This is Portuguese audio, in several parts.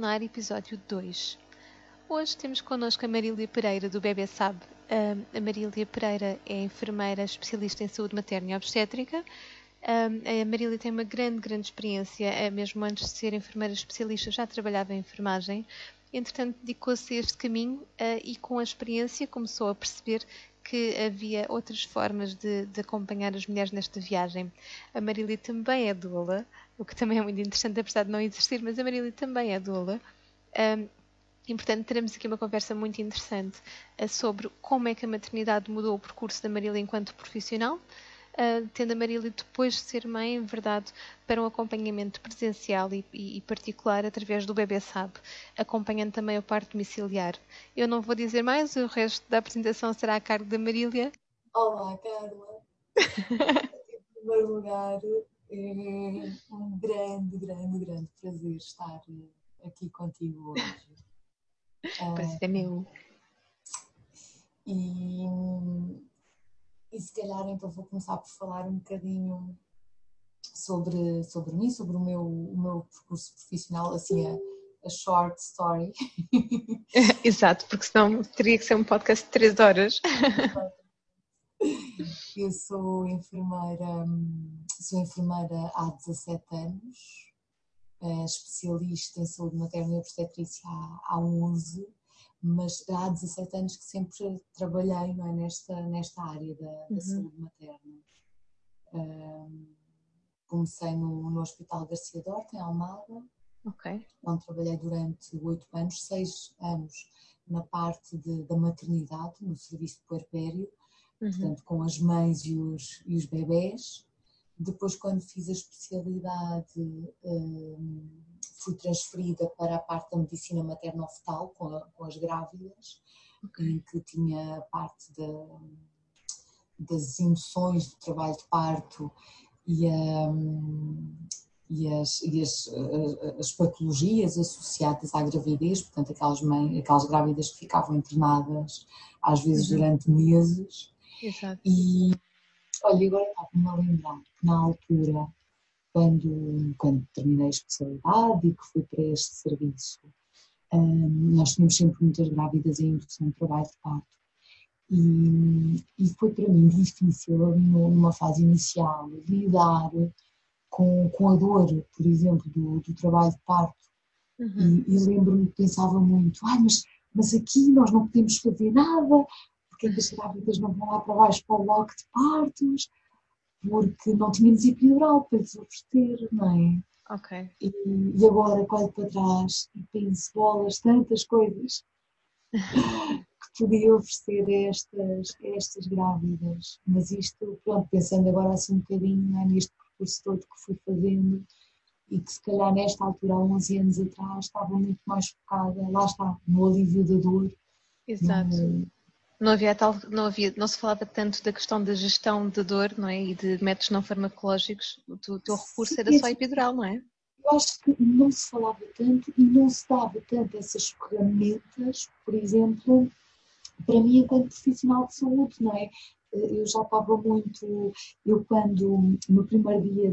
ar episódio 2. Hoje temos connosco a Marília Pereira do Bebê Sabe. A Marília Pereira é enfermeira especialista em saúde materna e obstétrica. A Marília tem uma grande experiência, mesmo antes de ser enfermeira especialista já trabalhava em enfermagem. Entretanto, dedicou-se a este caminho e com a experiência começou a perceber que havia outras formas de acompanhar as mulheres nesta viagem. A Marília também é doula, o que também é muito interessante, apesar de não existir, mas a Marília também é doula. E, portanto, teremos aqui uma conversa muito interessante sobre como é que a maternidade mudou o percurso da Marília enquanto profissional, tendo a Marília, depois de ser mãe, em verdade, para um acompanhamento presencial e particular através do Bebê Sabe, acompanhando também o parto domiciliar. Eu não vou dizer mais, o resto da apresentação será a cargo da Marília. Olá, Carla. Em primeiro lugar, é um grande prazer estar aqui contigo hoje. Pois é meu. E se calhar então vou começar por falar um bocadinho sobre mim, sobre o meu percurso profissional, assim, a short story. Exato, porque senão teria que ser um podcast de 3 horas. Eu sou enfermeira há 17 anos, especialista em saúde materna e obstetrícia há 11, mas há 17 anos que sempre trabalhei, não é, nesta área da saúde materna. Comecei no Hospital Garcia Dorta, em Almada, onde trabalhei durante 8 anos, 6 anos na parte da maternidade, no serviço de puerpério, portanto com as mães e os bebés. Depois, quando fiz a especialidade, fui transferida para a parte da medicina materno-fetal, com as grávidas, em que tinha a parte das emoções do trabalho de parto e as patologias associadas à gravidez, portanto aquelas grávidas que ficavam internadas às vezes durante meses. Exato. E olha, agora estava-me a lembrar que na altura, quando terminei a especialidade e que fui para este serviço, nós tínhamos sempre muitas grávidas em indução de trabalho de parto. E foi para mim difícil, ali numa fase inicial, lidar com a dor, por exemplo, do trabalho de parto. E lembro-me que pensava muito, mas aqui nós não podemos fazer nada, porque é que as grávidas não vão lá para baixo para o bloco de partos, porque não tínhamos epidural para lhes oferecer, não é? E agora olho para trás e penso, bolas, tantas coisas que podia oferecer a estas grávidas. Mas isto, pronto, pensando agora assim um bocadinho neste percurso todo que fui fazendo e que se calhar nesta altura, há 11 anos atrás, estava muito mais focada, lá está, no alívio da dor. Exato. Não se falava tanto da questão da gestão de dor, não é? E de métodos não farmacológicos. O teu recurso era só epidural, não é? Eu acho que não se falava tanto e não se dava tanto essas ferramentas, por exemplo, para mim enquanto profissional de saúde, não é? Eu já estava muito, quando no primeiro dia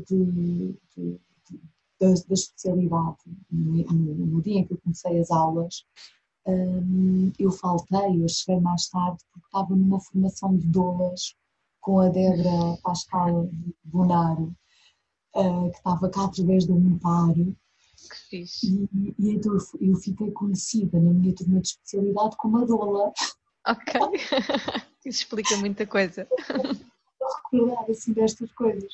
da especialidade, no dia em que eu comecei as aulas, eu faltei, eu cheguei mais tarde porque estava numa formação de doulas com a Débora Pascal Bonaro, que estava cá através do Amparo. Que fixe. E então eu fiquei conhecida na minha turma de especialidade como a doula. Isso explica muita coisa. Eu recordava assim destas coisas.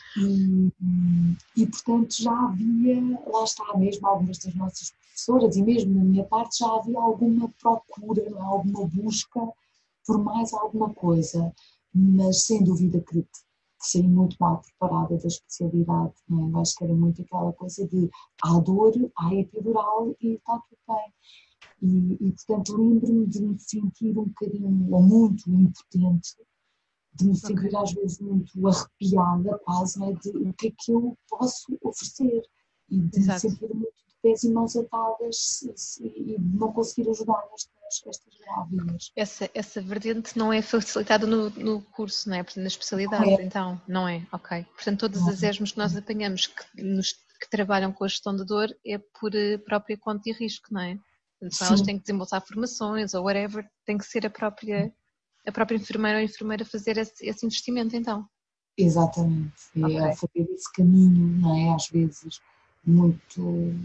E portanto já havia, lá está mesmo, algumas das nossas professoras e mesmo na minha parte já havia alguma procura, alguma busca por mais alguma coisa, mas sem dúvida que saí muito mal preparada da especialidade, não é? Acho que era muito aquela coisa de há dor, há epidural e está tudo bem. E portanto lembro-me de me sentir um bocadinho, ou muito impotente, de me sentir às vezes muito arrepiada quase, não é? De o que é que eu posso oferecer e de me sentir muito de pés e mãos atadas e de não conseguir ajudar estas grávidas. Essa vertente não é facilitada no curso, não é? Na especialidade, então, não é? Portanto, todas as ESMs que nós apanhamos que nos que trabalham com a gestão de dor é por própria conta e risco, não é? Portanto, elas sim, têm que desembolsar formações ou whatever, tem que ser a própria enfermeira ou enfermeira fazer esse investimento, então. exatamente. Ok. É fazer esse caminho, não é? Às vezes muito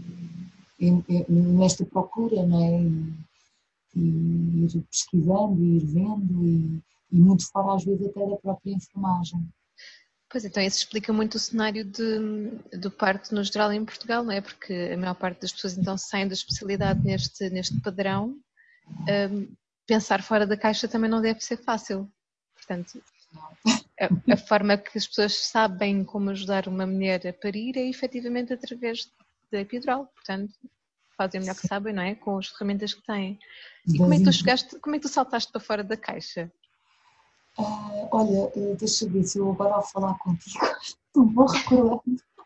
nesta procura, não é? E ir pesquisando, e ir vendo, e muito fora às vezes até da própria enfermagem. Pois então, isso explica muito o cenário do parto no geral em Portugal, não é? Porque a maior parte das pessoas então saem da especialidade neste padrão. Pensar fora da caixa também não deve ser fácil. Portanto, a forma que as pessoas sabem como ajudar uma mulher a parir é efetivamente através da epidural. Portanto, fazem o melhor que sabem, não é? Com as ferramentas que têm. E como é Das que tu inter- chegaste, como é que tu saltaste para fora da caixa? Olha, deixa eu ver se eu agora ao falar contigo não vou recordar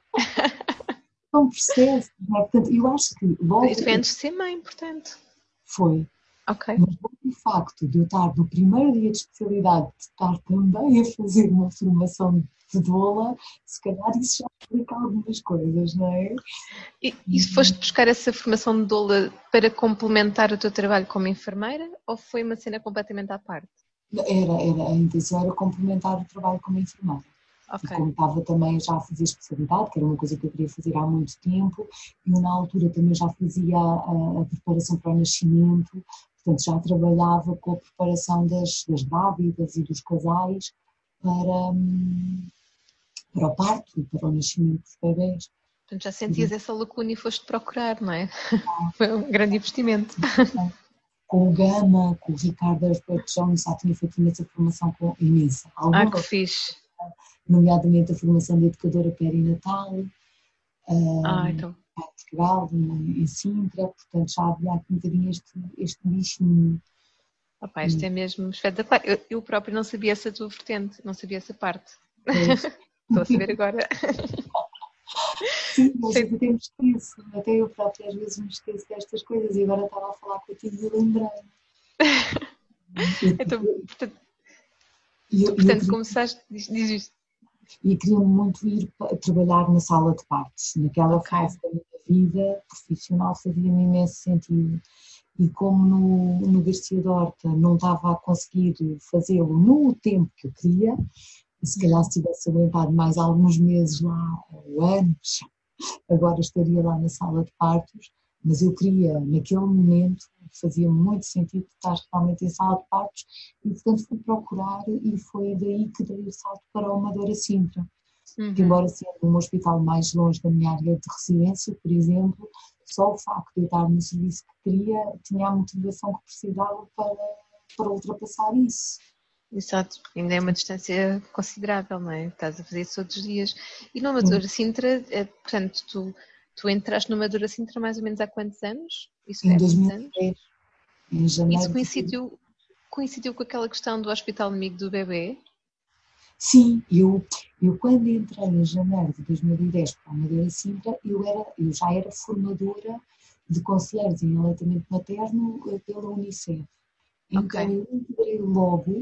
um processo, não é? Portanto, eu acho que Isso logo foi antes de ser mãe, portanto. foi, Ok. mas logo o facto de eu estar no primeiro dia de especialidade, de estar também a fazer uma formação de doula, se calhar isso já explica algumas coisas, não é? E foste buscar essa formação de doula para complementar o teu trabalho como enfermeira ou foi uma cena completamente à parte? A intenção era complementar o trabalho como enfermeira. E Ok. como estava também já a fazer especialidade, que era uma coisa que eu queria fazer há muito tempo, eu na altura também já fazia a preparação para o nascimento, portanto já trabalhava com a preparação das grávidas e dos casais para, para o parto e para o nascimento dos bebés. Portanto, já sentias essa lacuna e foste procurar, não é? Foi um grande investimento. Com o Gama, com o Ricardo Arzberto Jones, já tinha feito imensa formação com imensa, Que alguma, fixe. nomeadamente a formação de educadora perinatal, Então. em Portugal, em Sintra, portanto já havia aqui um bocadinho este bichinho. Opa, isto é mesmo espetacular. Eu próprio não sabia essa tua vertente, não sabia essa parte. Pois. Estou a saber agora. Sim, nós Sei. ainda temos isso, até eu própria às vezes me esqueço destas coisas e agora estava a falar contigo e lembrei. Então, portanto, E tu, eu, eu, portanto, queria, começaste, diz isto. e queria muito ir trabalhar na sala de partos. Naquela Ok. fase da minha vida profissional fazia-me imenso sentido. E como no Garcia de Horta não estava a conseguir fazê-lo no tempo que eu queria, se calhar se tivesse aguentado mais alguns meses lá, ou anos, agora estaria lá na sala de partos, mas eu queria, naquele momento, fazia muito sentido estar realmente em sala de partos e, portanto, fui procurar e foi daí que dei o salto para o Amadora Sintra. Que, Uhum. embora sendo um hospital mais longe da minha área de residência, por exemplo, só o facto de eu estar no serviço que queria, tinha a motivação que precisava para ultrapassar isso. Exato, ainda é uma distância considerável, não é? Estás a fazer isso todos os dias. E no Sim, Amadora Sintra, portanto, tu entraste no Amadora Sintra mais ou menos há quantos anos? Isso foi em há quantos anos? 2010, em Isso janeiro de coincidiu com aquela questão do Hospital Amigo do bebê? Sim, eu quando entrei em janeiro de 2010 para a Madeira Sintra, eu já era formadora de conselheiros em aleitamento materno pela Unicef. Ok, Então eu integrei logo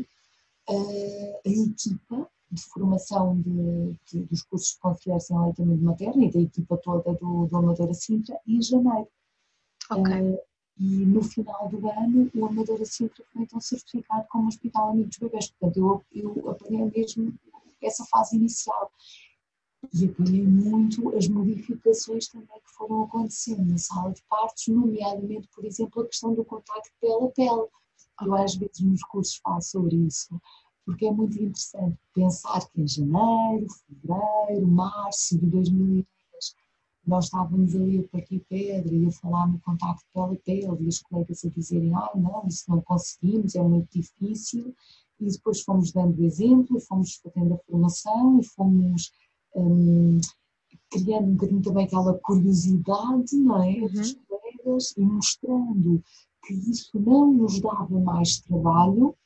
a equipa de formação dos cursos de conselheiros em aleitamento materno e da equipa toda do Amadora Sintra em janeiro. ok, Uh, e no final do ano o Amadora Sintra foi então certificado como Hospital Amigo dos Bebés. Portanto, eu apanhei mesmo essa fase inicial e apanhei muito as modificações também que foram acontecendo na sala de partos, nomeadamente, por exemplo, a questão do contacto pele a pele. Eu ok. às vezes nos cursos falo sobre isso, porque é muito interessante pensar que em janeiro, fevereiro, março de 2010 nós estávamos ali a partir pedra e a falar no contacto pele a pele e os colegas a dizerem, não, isso não conseguimos, é muito difícil, e depois fomos dando exemplo, fomos fazendo a formação e fomos hum, criando um bocadinho também aquela curiosidade, não é, dos Uhum. colegas e mostrando que isso não nos dava mais trabalho,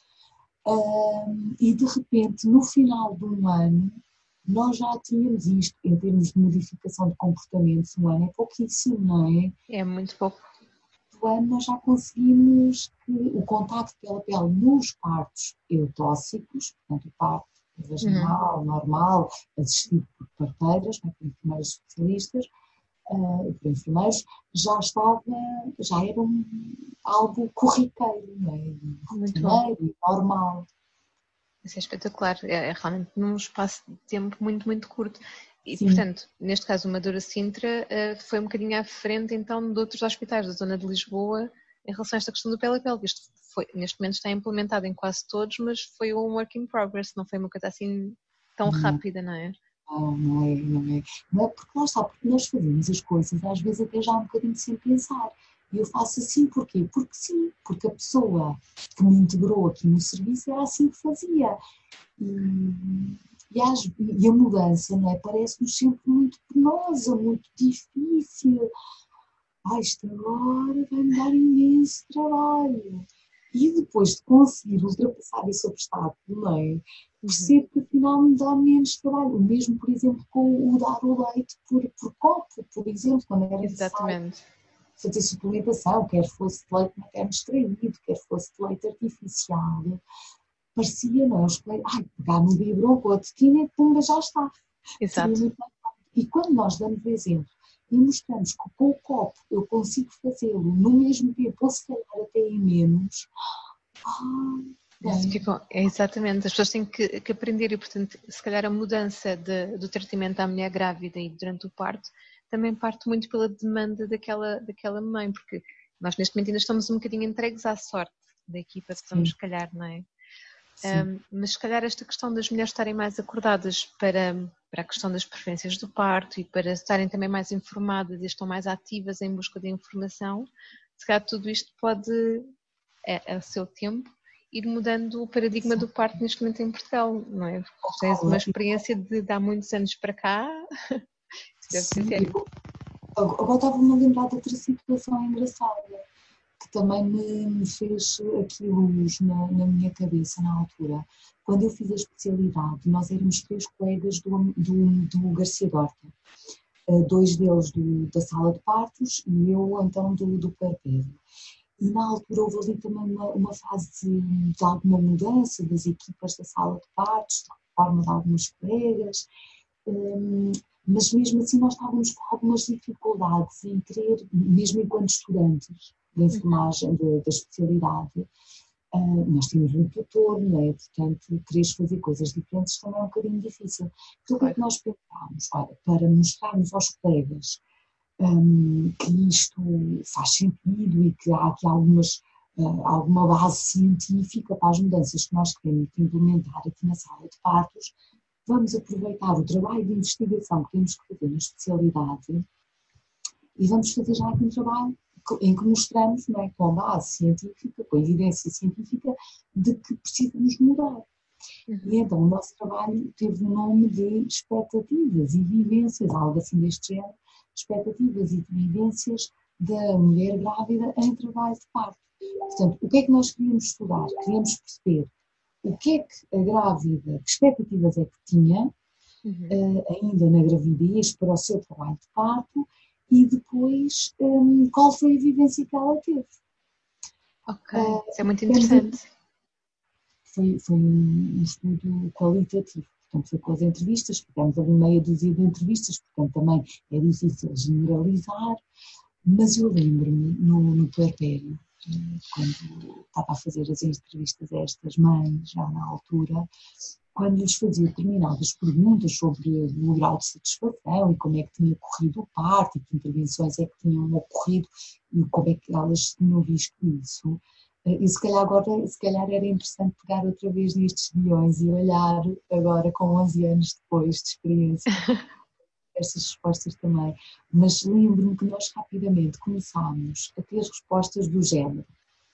e de repente, no final de um ano, nós já tínhamos isto em termos de modificação de comportamentos. Um ano é pouquíssimo, não é? É muito pouco. Do ano nós já conseguimos que o contacto pele a pele nos partos eutóxicos, portanto o parto vaginal, normal, assistido por parteiras, por enfermeiras especialistas, e por enfermeiros, já era algo corriqueiro, não é? Rotineiro e normal. Isso é espetacular, é realmente num espaço de tempo muito, muito curto. E, Sim. portanto, neste caso, o Madura Sintra foi um bocadinho à frente, então, de outros hospitais da zona de Lisboa em relação a esta questão do pele a pele. Isto neste momento está implementado em quase todos, mas foi um work in progress, não foi uma coisa assim tão rápida, não é? Não é porque lá está, porque nós fazemos as coisas às vezes até já um bocadinho sem pensar. E eu faço assim porquê? Porque sim, porque a pessoa que me integrou aqui no serviço era assim que fazia. E a mudança, não é? Parece-nos sempre muito penosa, muito difícil. Isto agora vai-me dar imenso trabalho. E depois de conseguir ultrapassar esse obstáculo, não é? Percebo que afinal me dá menos trabalho. O mesmo, por exemplo, com o dar o leite por copo, por exemplo, quando era necessário fazer suplementação, quer fosse de leite materno extraído, quer fosse de leite artificial. Parecia, não é? Pegar no biberon com a tetina e pumba, já está. Exato. E quando nós damos o exemplo e mostramos que com o copo eu consigo fazê-lo no mesmo tempo, ou se calhar até em menos, exatamente, as pessoas têm que aprender e, portanto, se calhar a mudança do tratamento à mulher grávida e durante o parto também parte muito pela demanda daquela mãe, porque nós neste momento ainda estamos um bocadinho entregues à sorte da equipa que vamos, se calhar, não é? Mas se calhar esta questão das mulheres estarem mais acordadas para a questão das preferências do parto e para estarem também mais informadas e estão mais ativas em busca de informação, se calhar tudo isto pode, a seu tempo, ir mudando o paradigma do parto neste momento em Portugal, não é? Tens uma experiência de há muitos anos para cá, deve ser sério. Agora estava-me a lembrar de outra situação engraçada, que também me fez aqui luz na minha cabeça na altura. Quando eu fiz a especialidade, nós éramos 3 colegas do Garcia Dorta. 2 deles da sala de partos e eu então do puerpério. E na altura houve ali também uma fase de alguma mudança das equipas da sala de partos, de forma de alguns colegas, mas mesmo assim nós estávamos com algumas dificuldades em querer, mesmo enquanto estudantes da enfermagem, da especialidade, nós tínhamos um tutor, não é? Portanto, quereres fazer coisas diferentes também é um bocadinho difícil. Então o que é que nós pensámos? Olha, para mostrarmos aos colegas que isto faz sentido e que há aqui alguma base científica para as mudanças que nós queremos implementar aqui na sala de partos, vamos aproveitar o trabalho de investigação que temos que fazer na especialidade e vamos fazer já aqui um trabalho em que mostramos, não é, com base científica, com evidência científica, de que precisamos mudar. E então o nosso trabalho teve o nome de expectativas e vivências, algo assim deste género, expectativas e vivências da mulher grávida em trabalho de parto. Portanto, o que é que nós queríamos estudar? Queríamos perceber o que é que a grávida, que expectativas é que tinha, ainda na gravidez, para o seu trabalho de parto, e depois qual foi a vivência que ela teve. Ok, isso é muito interessante. Foi um estudo qualitativo, portanto foi com as entrevistas, ficamos ali meia dúzia de entrevistas, portanto também é difícil generalizar, mas eu lembro-me no puerpério, quando estava a fazer as entrevistas a estas mães, já na altura, quando lhes fazia determinadas perguntas sobre o grau de satisfação e como é que tinha corrido o parto e que intervenções é que tinham ocorrido e como é que elas tinham visto isso. E se calhar era interessante pegar outra vez nestes guiões e olhar agora com 11 anos depois de experiência estas respostas também. Mas lembro-me que nós rapidamente começámos a ter respostas do género.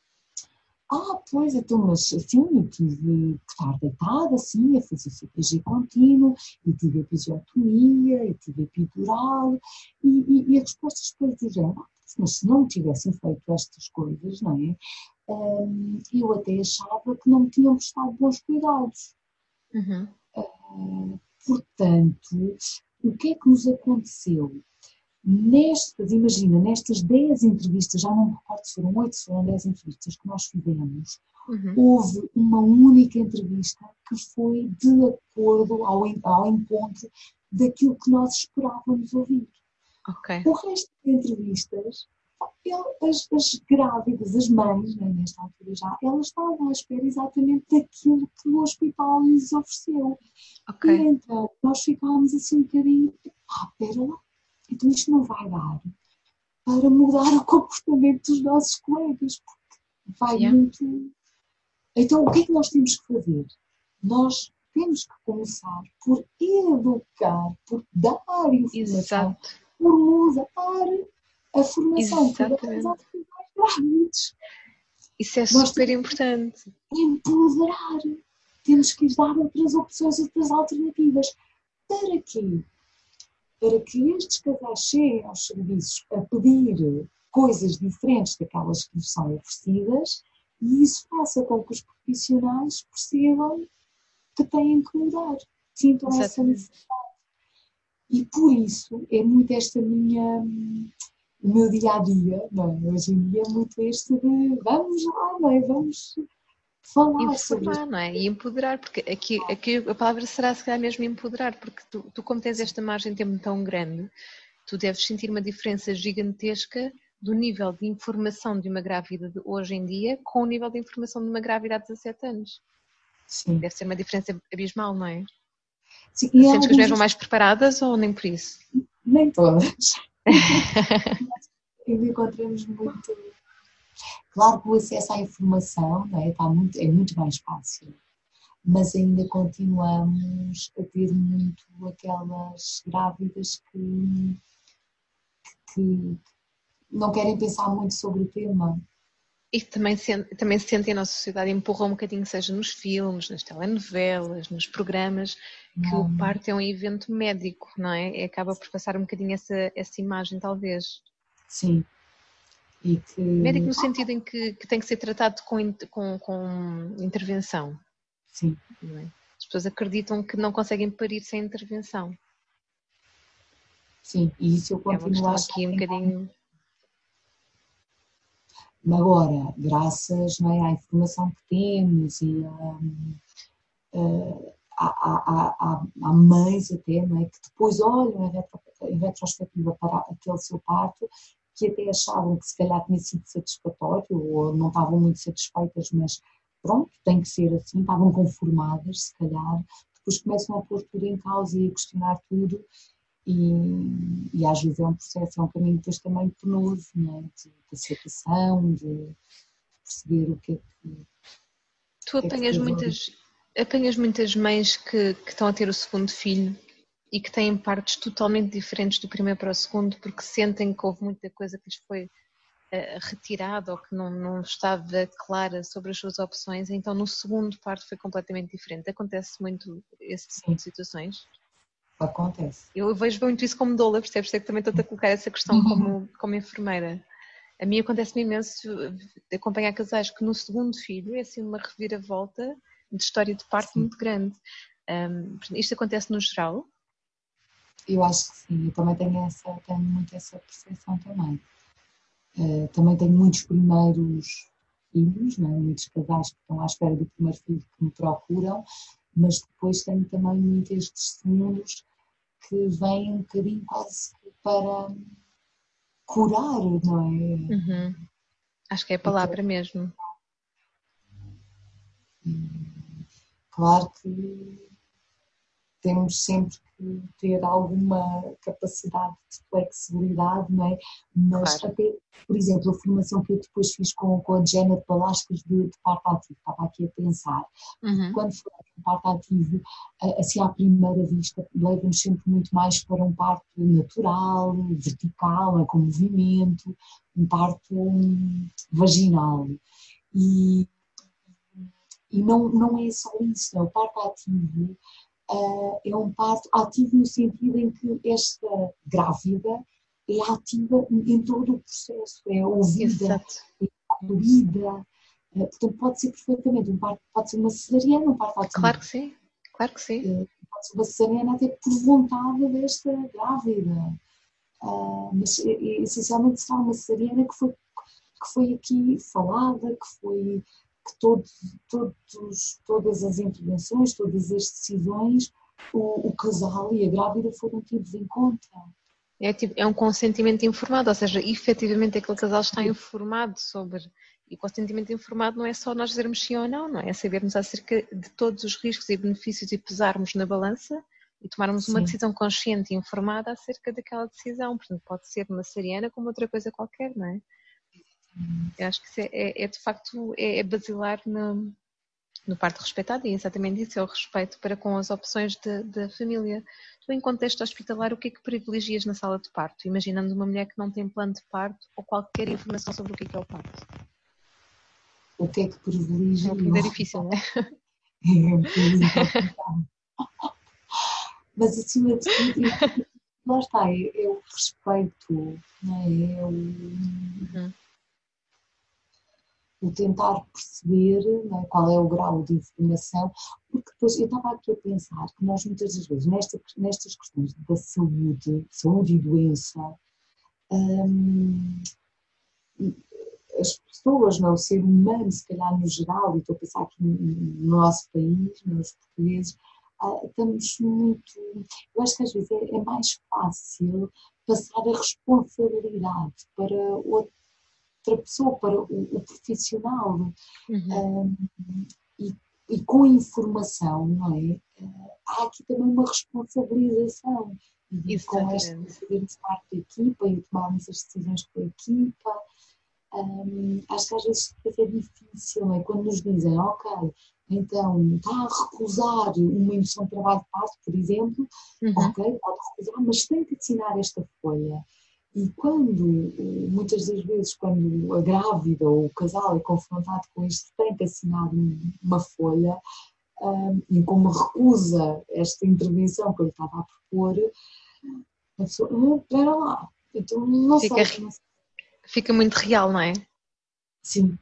Pois, então, mas assim, eu tive que estar deitada, assim, a fazer CPG contínuo, e tive episiotomia, e tive epidural, e as respostas depois do género, mas se não tivessem feito estas coisas, não é? Eu até achava que não me tinham prestado bons cuidados. Portanto, o que é que nos aconteceu? Nestas 10 entrevistas, já não me recordo se foram 8, se foram 10 entrevistas que nós fizemos, houve uma única entrevista que foi de acordo ao encontro daquilo que nós esperávamos ouvir. Ok. O resto de entrevistas, as grávidas, as mães, né, nesta altura já, elas estavam à espera exatamente daquilo que o hospital lhes ofereceu. Ok. E então nós ficámos assim um bocadinho, espera lá, então isto não vai dar para mudar o comportamento dos nossos colegas, porque vai muito... Então o que é que nós temos que fazer? Nós temos que começar por educar, por dar informação, por mudar a formação que damos aos casais grávidos. Isso é super importante. Empoderar. Temos que lhes dar outras opções, outras alternativas. Para quê? Para que estes casais cheguem aos serviços a pedir coisas diferentes daquelas que lhes são oferecidas e isso faça com que os profissionais percebam que têm que mudar, sintam essa necessidade. E por isso é muito o meu dia-a-dia, não é? Hoje em dia é muito este de vamos lá, não é? Vamos falar sobre isso. Não é? E empoderar, porque aqui a palavra será se calhar mesmo empoderar, porque tu como tens esta margem de tempo tão grande, tu deves sentir uma diferença gigantesca do nível de informação de uma grávida de hoje em dia com o nível de informação de uma grávida há 17 anos. Sim. Deve ser uma diferença abismal, não é? Sim, sentes que as mulheres vão mais preparadas ou nem por isso? Nem todas. Ainda encontramos muito... Claro que o acesso à informação, não é? É muito mais fácil, mas ainda continuamos a ter muito aquelas grávidas que não querem pensar muito sobre o tema. E também se sentem a nossa sociedade empurra um bocadinho, seja nos filmes, nas telenovelas, nos programas, que o parto é um evento médico, não é? E acaba por passar um bocadinho essa imagem, talvez. Sim. E que... Médico no sentido em que tem que ser tratado com intervenção. Sim. Não é? As pessoas acreditam que não conseguem parir sem intervenção. Sim, e isso eu continuo a achar aqui um bocadinho... Agora, graças, não é, à informação que temos e há mães até, não é, que depois olham em retrospectiva para aquele seu parto, que até achavam que se calhar tinha sido satisfatório ou não estavam muito satisfeitas, mas pronto, tem que ser assim, estavam conformadas, se calhar, depois começam a pôr tudo em causa e a questionar tudo. E às vezes é um processo, é um caminho depois também penoso, não é? De aceitação, de perceber o que é que... Tu apanhas muitas mães que estão a ter o segundo filho e que têm partos totalmente diferentes do primeiro para o segundo porque sentem que houve muita coisa que lhes foi retirada ou que não estava clara sobre as suas opções, então no segundo parto foi completamente diferente. Acontece muito esse tipo de situações? Acontece. Eu vejo muito isso como doula, percebes? É que também estou-te a colocar essa questão como enfermeira. A mim acontece-me imenso de acompanhar casais que no segundo filho é assim uma reviravolta de história de parto muito grande. Isto acontece no geral? Eu acho que sim, eu também tenho muito essa percepção também. Também tenho muitos primeiros filhos, não é? Muitos casais que estão à espera do primeiro filho que me procuram, mas depois tenho também muitos estes segundos que vêm um bocadinho quase para curar, não é? Uhum. Acho que é a palavra mesmo. Claro que temos sempre que ter alguma capacidade de flexibilidade, não é? Mas claro. até, por exemplo, a formação que eu depois fiz com a Janet Balascas de parto ativo, estava aqui a pensar, quando foi um parto ativo, assim à primeira vista, leva-nos sempre muito mais para um parto natural, vertical, com movimento, um parto vaginal. E não é só isso, não. O parto ativo é um parto ativo no sentido em que esta grávida é ativa em todo o processo, é ouvida, é incluída, portanto pode ser perfeitamente um parto, pode ser uma cesariana, um parto ativo. Claro que sim, claro que sim. Pode ser uma cesariana até por vontade desta grávida, mas essencialmente será uma cesariana que foi aqui falada, que que todas as intervenções, todas as decisões, o casal e a grávida foram tidos em conta. É um consentimento informado, ou seja, efetivamente aquele casal está informado sobre. E o consentimento informado não é só nós dizermos sim ou não, não é? É sabermos acerca de todos os riscos e benefícios e pesarmos na balança e tomarmos uma decisão consciente e informada acerca daquela decisão. Portanto, pode ser uma cesariana como outra coisa qualquer, não é? Eu acho que isso de facto basilar no parto respeitado, e é exatamente isso, é o respeito para com as opções da família. Tu, em contexto hospitalar, o que é que privilegias na sala de parto? Imaginando uma mulher que não tem plano de parto ou qualquer informação sobre o que é o parto. O que é que privilegia? É difícil, não é? É um bocadinho complicado. Mas acima de tudo, lá está, é o respeito, não é? O tentar perceber, não é, qual é o grau de informação, porque depois eu estava aqui a pensar que nós muitas das vezes, nestas questões da saúde e doença, as pessoas, não, o ser humano, se calhar no geral, e estou a pensar aqui no nosso país, nos portugueses, estamos muito. Eu acho que às vezes é mais fácil passar a responsabilidade para outra pessoa, para o profissional. E com a informação, não é? Há aqui também uma responsabilização. E com esta fazermos parte da equipa e tomarmos as decisões com a equipa. Acho que às vezes é difícil, não é? Quando nos dizem, ok, então está a recusar uma indução de trabalho de parto, por exemplo, ok, pode recusar, mas tem que assinar esta folha. E muitas das vezes, quando a grávida ou o casal é confrontado com isto, tem que assinar uma folha, e como recusa esta intervenção que eu lhe estava a propor, a pessoa, espera lá, então não sei. Fica muito real, não é? Sim.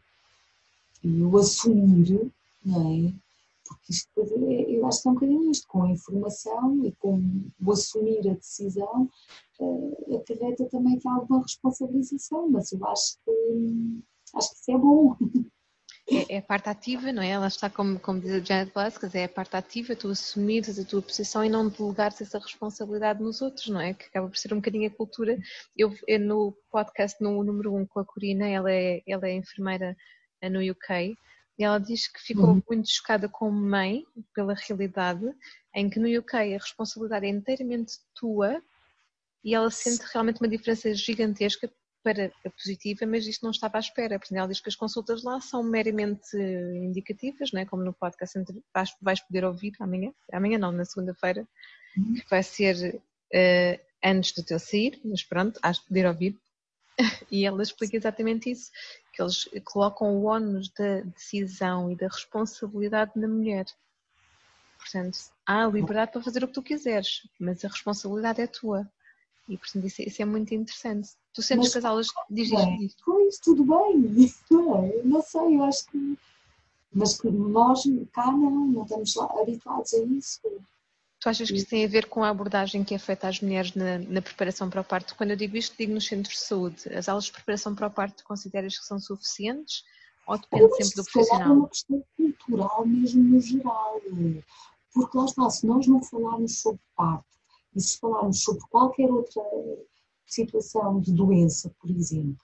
E o assumir, não é? Porque isto depois eu acho que é um bocadinho isto, com a informação e com o assumir a decisão, acarreta também que há alguma responsabilização, mas eu acho que isso é bom. É a parte ativa, não é? Ela está como diz a Janet Vasquez, é a parte ativa, tu assumires a tua posição e não delegares essa responsabilidade nos outros, não é? Que acaba por ser um bocadinho a cultura. Eu no podcast, no número 1 com a Corina, ela é enfermeira no UK, e ela diz que ficou muito chocada como mãe pela realidade em que no UK a responsabilidade é inteiramente tua e ela sente realmente uma diferença gigantesca para a positiva, mas isto não estava à espera. Portanto, ela diz que as consultas lá são meramente indicativas, não é? Como no podcast vais poder ouvir amanhã não, na segunda-feira, que vai ser antes do teu sair, mas pronto, has de poder ouvir. E ela explica exatamente isso, que eles colocam o ónus da decisão e da responsabilidade na mulher. Portanto, há a liberdade para fazer o que tu quiseres, mas a responsabilidade é tua. E, portanto, isso é muito interessante. Tu sentes que as aulas... Diz isto. Pois, tudo bem, não sei, eu acho que... Mas que nós cá não estamos lá habituados a isso. Tu achas que isso tem a ver com a abordagem que é feita às mulheres na preparação para o parto? Quando eu digo isto, digo nos centros de saúde. As aulas de preparação para o parto consideras que são suficientes? Ou depende sempre do profissional? É uma questão cultural mesmo no geral. Porque lá está, se nós não falarmos sobre parto, e se falarmos sobre qualquer outra situação de doença, por exemplo,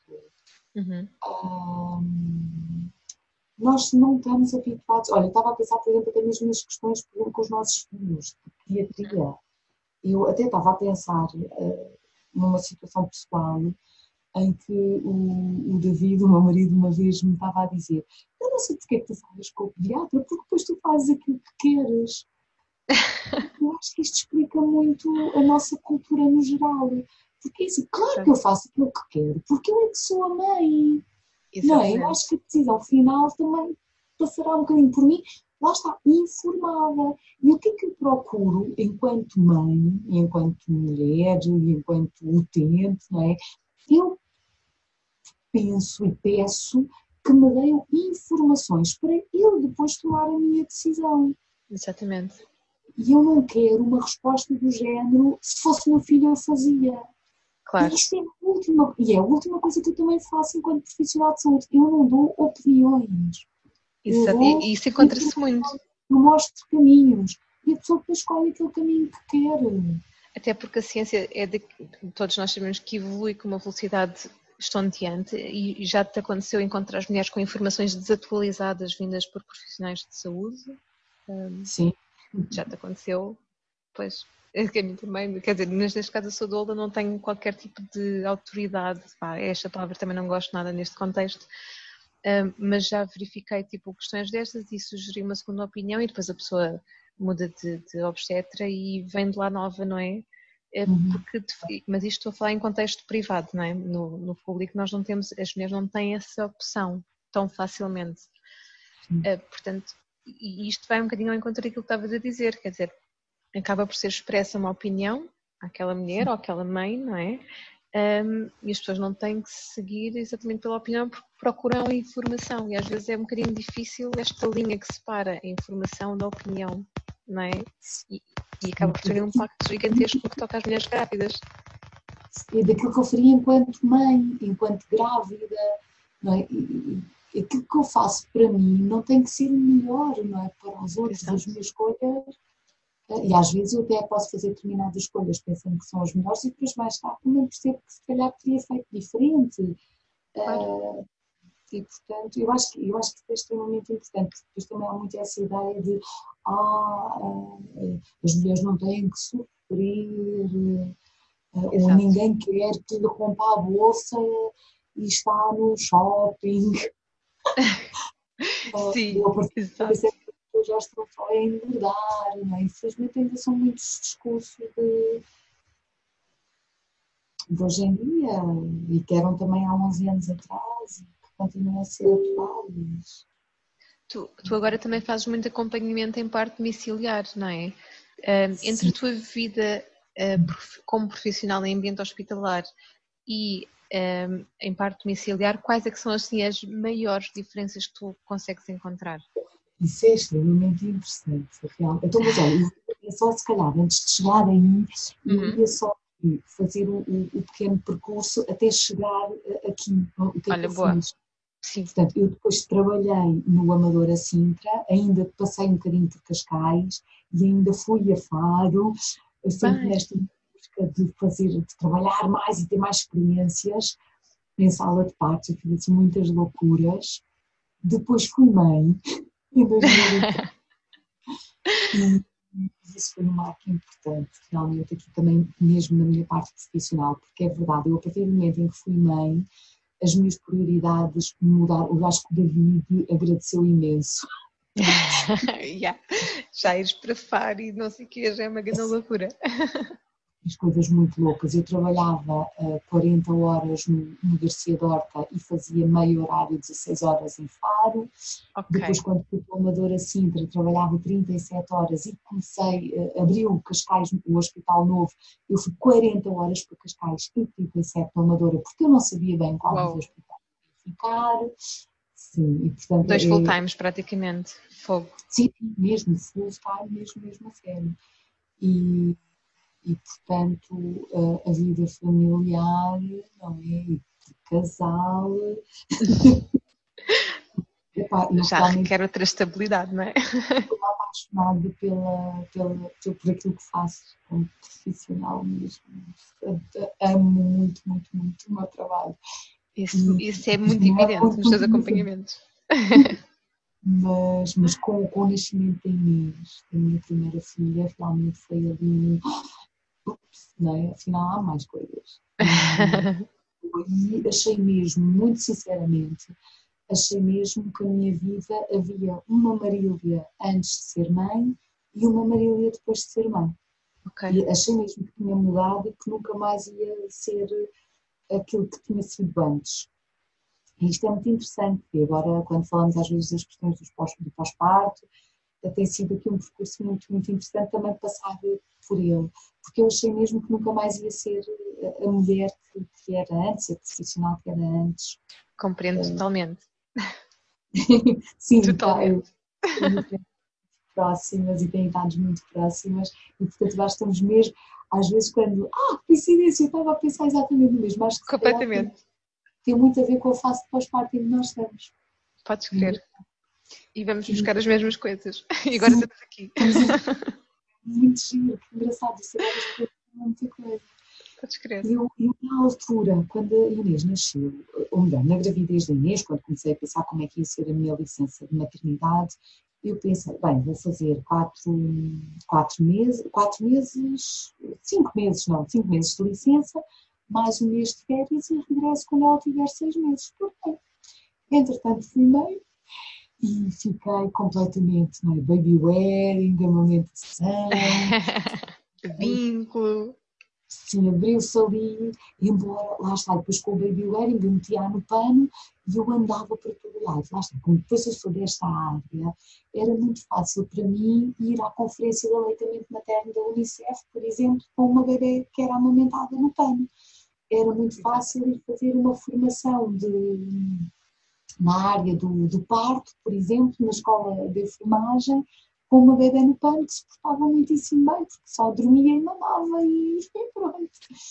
nós não estamos habituados. Olha, eu estava a pensar, por exemplo, até mesmo nas questões, por exemplo, com os nossos filhos, de pediatria. Eu até estava a pensar numa situação pessoal em que o David, o meu marido, uma vez me estava a dizer: eu não sei porque é que tu falas com o pediatra, porque depois tu fazes aquilo que queres. Eu acho que isto explica muito a nossa cultura no geral. Porque é assim, claro que eu faço aquilo que quero, porque eu é que sou a mãe. Não é? Eu acho que a decisão final também passará um bocadinho por mim. Lá está, informada. E o que é que eu procuro enquanto mãe, enquanto mulher, enquanto utente, não é? Eu penso e peço que me deem informações para eu depois tomar a minha decisão. Exatamente. E eu não quero uma resposta do género, se fosse meu filho eu fazia. Claro. Isto é a última coisa que eu também faço enquanto profissional de saúde. Eu não dou opiniões. Exato. E isso encontra-se muito. Eu mostro caminhos e a pessoa depois escolhe aquele caminho que quer. Até porque a ciência todos nós sabemos que evolui com uma velocidade estonteante e já te aconteceu encontrar as mulheres com informações desatualizadas vindas por profissionais de saúde? Sim. Já te aconteceu? Pois, a mim também, quer dizer, neste caso eu sou doula, não tenho qualquer tipo de autoridade, esta palavra também não gosto nada neste contexto, mas já verifiquei tipo questões destas e sugeri uma segunda opinião e depois a pessoa muda de obstetra e vem de lá nova, não é? Mas isto estou a falar em contexto privado, não é? No público nós não temos, as mulheres não têm essa opção tão facilmente. Portanto, e isto vai um bocadinho ao encontro daquilo que estavas a dizer, quer dizer, acaba por ser expressa uma opinião àquela mulher ou àquela mãe, não é? E as pessoas não têm que seguir exatamente pela opinião porque procuram a informação e às vezes é um bocadinho difícil esta linha que separa a informação da opinião, não é? E acaba por ter um impacto gigantesco no que toca às mulheres grávidas. E daquilo que eu faria enquanto mãe, enquanto grávida, não é? E aquilo que eu faço para mim não tem que ser melhor, não é? Para os outros. Exato. As minhas escolhas, e às vezes eu até posso fazer determinadas escolhas pensando que são as melhores e depois mais tarde também percebo que se calhar teria feito diferente. Claro. E portanto, eu acho que isso é extremamente importante. Depois também há muito essa ideia de as mulheres não têm que sofrer, ou ninguém quer que lhe rompa a bolsa e está no shopping. Sim, exato. Eu já estou só a engordar, não é? Infelizmente ainda são muitos discursos de hoje em dia e que eram também há 11 anos atrás e que continuam a ser atuais. Tu agora também fazes muito acompanhamento em parte domiciliar, não é? Entre a tua vida como profissional em ambiente hospitalar e em parte domiciliar, quais é que são assim, as maiores diferenças que tu consegues encontrar? Isso é extremamente interessante, realmente. Então, mas olha, eu ia só se calhar, antes de chegar aí, eu ia só fazer o pequeno percurso até chegar aqui. O que olha, é que boa. eu fiz? Sim. Portanto, eu depois trabalhei no Amadora Sintra, ainda passei um bocadinho por Cascais e ainda fui a Faro, sempre nesta busca de trabalhar mais e ter mais experiências em sala de partos. Eu fiz assim, muitas loucuras. Depois fui mãe em 2003 e isso foi um marco importante, realmente aqui também mesmo na minha parte profissional, porque é verdade, eu a partir do momento em que fui mãe, as minhas prioridades mudaram. Eu acho que o David agradeceu imenso. Já ires para Faro e não sei o que, já é uma grande loucura. As coisas muito loucas. Eu trabalhava 40 horas no Garcia Dorta e fazia meio horário, 16 horas em Faro. Okay. Depois, quando fui para a Amadora Sintra, trabalhava 37 horas e comecei, abriu Cascais, o Hospital Novo. Eu fui 40 horas para Cascais e 37 para a Amadora, porque eu não sabia bem qual dos hospitais ia ficar. Sim, e portanto... 2 full times, praticamente. Fogo. Sim, mesmo, full time, mesmo a sério. E, portanto, a vida familiar, não é? E de casal. Epá, já requer outra estabilidade, não é? Estou apaixonada por aquilo que faço como profissional mesmo. Amo muito, muito, muito o meu trabalho. Isso é muito evidente nos teus acompanhamentos. Mas com o nascimento da Inês, da minha primeira filha, realmente foi ali. Não é? Afinal, há mais coisas. E achei mesmo, muito sinceramente, achei mesmo que a minha vida havia uma Marília antes de ser mãe e uma Marília depois de ser mãe. Okay. E achei mesmo que tinha mudado e que nunca mais ia ser aquilo que tinha sido antes. E isto é muito interessante, porque agora, quando falamos às vezes das questões do pós-parto, tem sido aqui um percurso muito, muito interessante também passar por ele, porque eu achei mesmo que nunca mais ia ser a mulher que era antes, a profissional que era antes. Compreendo totalmente. Sim, totalmente. Próximas e têm idades muito próximas e portanto nós estamos mesmo, às vezes quando, coincidência, eu estava a pensar exatamente no mesmo, acho que completamente. Tem muito a ver com a fase de pós-parto em que nós estamos. Podes crer. E vamos buscar as mesmas coisas. E agora Sim, estamos aqui. muito giro, que engraçado, isso agora explica muita coisa. Podes crer. Eu, na altura, quando a Inês nasceu, ou melhor, na gravidez da Inês, quando comecei a pensar como é que ia ser a minha licença de maternidade, eu pensei, bem, vou fazer 5 meses de licença, mais um mês de férias e regresso quando ela tiver 6 meses. Porquê? Entretanto, fui mãe e fiquei completamente, não é? Baby wearing, amamentação. Vínculo. Sim, abriu-se ali, embora, lá está, depois com o baby wearing, eu metia no pano e eu andava para todo lado. Lá está, como depois eu sou desta área, era muito fácil para mim ir à conferência de aleitamento materno da Unicef, por exemplo, com uma bebê que era amamentada no pano. Era muito fácil ir fazer uma formação na área do parto, por exemplo, na escola de enfermagem, com uma bebê no pano que se portava muitíssimo bem, porque só dormia e mamava e pronto.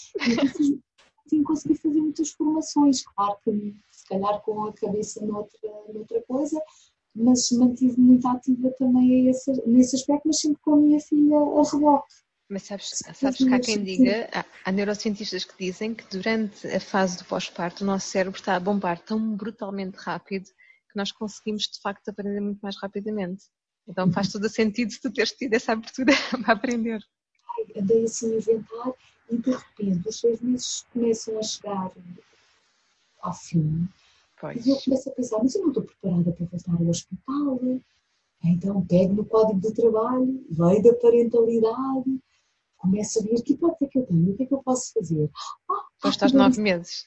Então consegui fazer muitas formações, claro que se calhar com a cabeça noutra coisa, mas mantive muito ativa também nesse aspecto, mas sempre com a minha filha a reboque. Mas sabes que há quem diga, há neurocientistas que dizem que durante a fase do pós-parto o nosso cérebro está a bombar tão brutalmente rápido que nós conseguimos de facto aprender muito mais rapidamente. Então faz todo o sentido se tu teres tido essa abertura para aprender. Andei assim a inventar e de repente os 6 meses começam a chegar ao fim. Pois. E eu começo a pensar, mas eu não estou preparada para voltar ao hospital. Então pego no código de trabalho, leio da parentalidade, começo a ver que hipótese é que eu tenho, o que é que eu posso fazer. Foste aos 9 meses.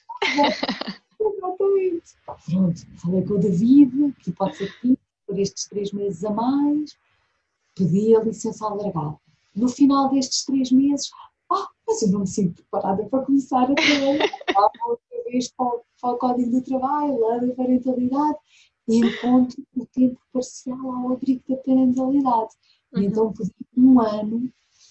Exatamente. Pronto, falei com o David, que pode ser que por estes 3 meses a mais, pedi a licença alargada. No final destes 3 meses, mas eu não me sinto preparada para começar a trabalhar. Outra vez para o código do trabalho, lá da parentalidade, e encontro o tempo parcial ao abrigo da parentalidade. E então pedi 1 ano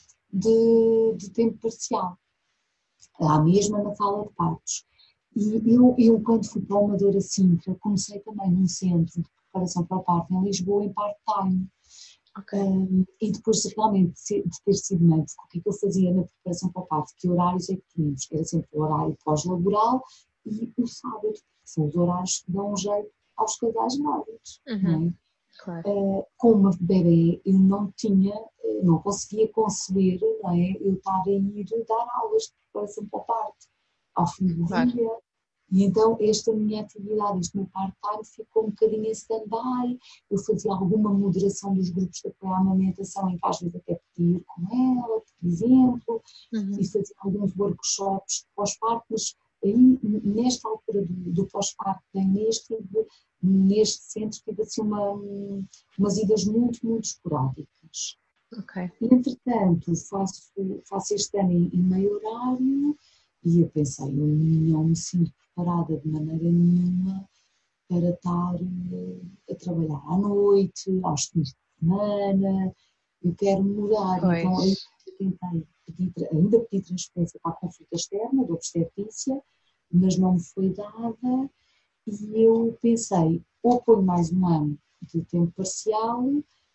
de tempo parcial, à mesma na sala de partos. E eu quando fui para o Amadora Sintra, comecei também num centro de preparação para o parto em Lisboa, em part-time. Okay. E depois realmente de ter sido mãe, o que é que eu fazia na preparação para o parto? Que horários é que tínhamos? Era sempre o horário pós-laboral e o sábado, que são os horários que dão um jeito aos casais grávidos, não é? Claro. Com uma bebê eu não conseguia conceber, não é? Eu estar a ir dar aulas de preparação para o parto ao fim do dia. E então esta minha atividade, este meu part-time ficou um bocadinho em stand-by. Eu fazia alguma moderação dos grupos de apoio à amamentação, em que às vezes até podia ir com ela, por exemplo, e fazia alguns workshops de pós-parto, mas aí, nesta altura do pós-parto da Inês, neste centro, tive assim umas idas muito, muito esporádicas. Okay. E, entretanto, faço este ano em meio horário e eu pensei, eu não me sinto preparada de maneira nenhuma para estar a trabalhar à noite, aos fins de semana, eu quero mudar. Pois. Então ainda pedi transferência para a consulta externa, da obstetrícia, mas não me foi dada e eu pensei, ou ponho mais 1 ano de tempo parcial,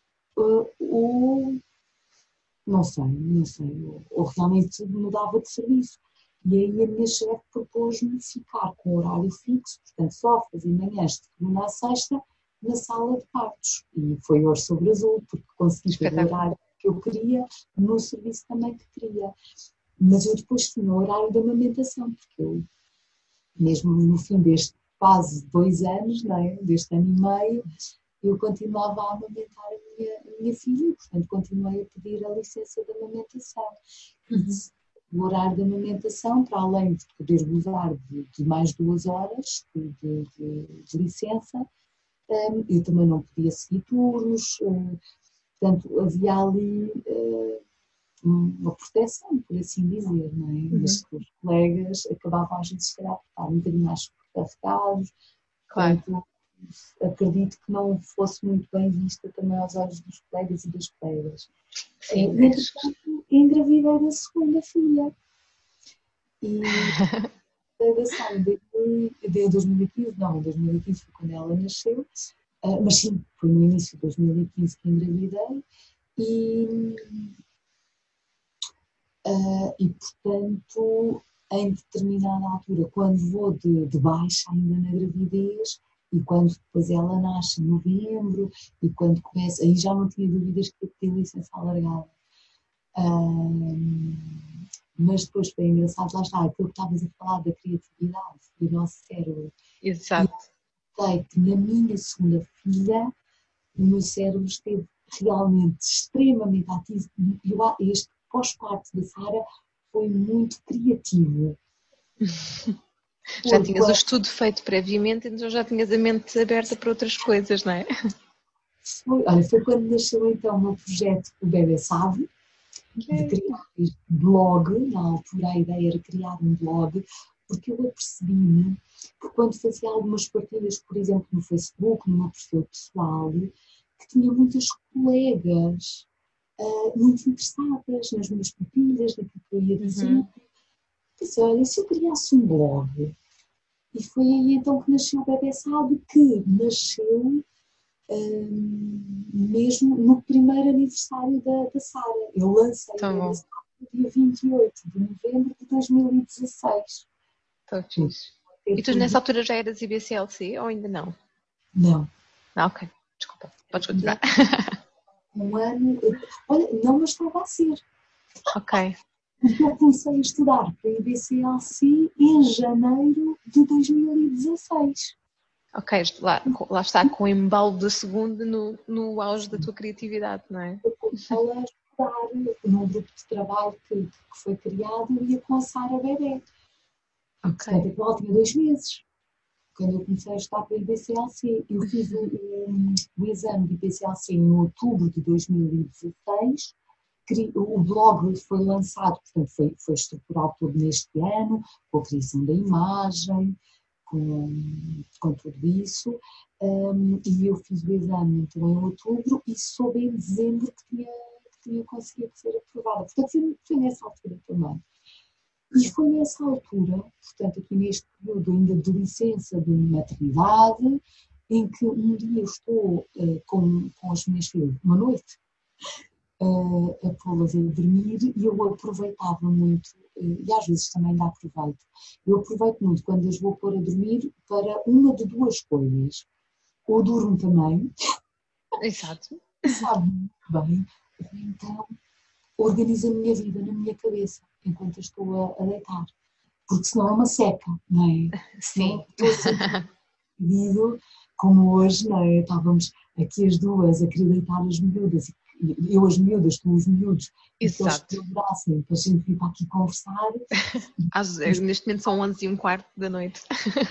ou não sei, ou realmente mudava de serviço. E aí a minha chefe propôs-me ficar com horário fixo, portanto só fazer manhãs de segunda a sexta na sala de partos. E foi ouro sobre azul, porque consegui ter o horário que eu queria, no serviço também que queria. Mas eu depois tinha o horário da amamentação, porque eu, mesmo no fim deste quase 2 anos, não é? Deste ano e meio, eu continuava a amamentar a minha filha e, portanto, continuei a pedir a licença de amamentação. O horário de amamentação, para além de poder gozar de mais 2 horas de licença, eu também não podia seguir turnos, portanto, havia ali uma proteção, por assim dizer, não é? Mas que os colegas acabavam às vezes, se calhar, por estar um bocadinho mais carregados. Claro. Portanto, acredito que não fosse muito bem vista também aos olhos dos colegas e das colegas. Sim, E, entretanto, engravidei da segunda filha. E a gravidez em 2015 foi quando ela nasceu, Mas sim, foi no início de 2015 que engravidei e, portanto, em determinada altura, quando vou de baixa ainda na gravidez e quando depois ela nasce em novembro e quando começa, aí já não tinha dúvidas que ia ter licença alargada. Mas depois foi engraçado, lá está, aquilo que estavas a falar da criatividade do nosso cérebro. Exato. E sei que na minha segunda filha o meu cérebro esteve realmente extremamente ativo. Este pós-parto da Sara foi muito criativo. Já tinhas o estudo feito previamente, então já tinhas a mente aberta para outras coisas, não é? Foi quando nasceu então o meu projeto O Bebê Sabe, de criar este blog. Na altura a ideia era criar um blog, porque eu apercebi-me que quando fazia algumas partilhas, por exemplo, no Facebook, no meu perfil pessoal, que tinha muitas colegas muito interessadas nas minhas partilhas, naquilo que eu ia dizer. Pensei, olha, se eu criasse um blog? E foi aí então que nasceu o Bebê Sabe, que nasceu mesmo no primeiro aniversário da Sara. Eu lancei o Bebê Sabe no dia 28 de novembro de 2016. Estou fixe. E tu nessa altura já eras IBCLC ou ainda não? Não. Ok, desculpa, podes continuar. Um ano, olha, não, mas estava a ser. Ok. Porque eu comecei a estudar para a IBCLC em janeiro de 2016. Ok, lá está, com o embalo da segunda no auge da tua criatividade, não é? Eu comecei a estudar num grupo de trabalho que foi criado e ia com a Sara bebê. Ok. Ela tinha 2 meses. Quando eu comecei a estudar para a IBCLC, eu fiz o exame de IBCLC em outubro de 2016. O blog foi lançado, portanto foi estruturado todo neste ano, com a criação da imagem, com tudo isso, e eu fiz o exame então em outubro e soube em dezembro que tinha conseguido ser aprovada. Portanto, foi nessa altura também. E foi nessa altura, portanto, aqui neste período ainda de licença de maternidade, em que um dia eu estou com as minhas filhas, uma noite, a pô-las a dormir, e eu aproveitava muito, e às vezes também ainda aproveito, eu aproveito muito quando as vou pôr a dormir para uma de duas coisas. Ou durmo também, Exato. sabe muito bem, ou então organizo a minha vida na minha cabeça enquanto eu estou a deitar. Porque senão é uma seca, não é? Sim. Estou sempre pedido, como hoje, não é? Estávamos aqui as duas a querer deitar as miúdas, eu as miúdas, tu os miúdos, e que eles se abraçem para a gente vir para aqui conversar. Neste momento são 11h15 da noite.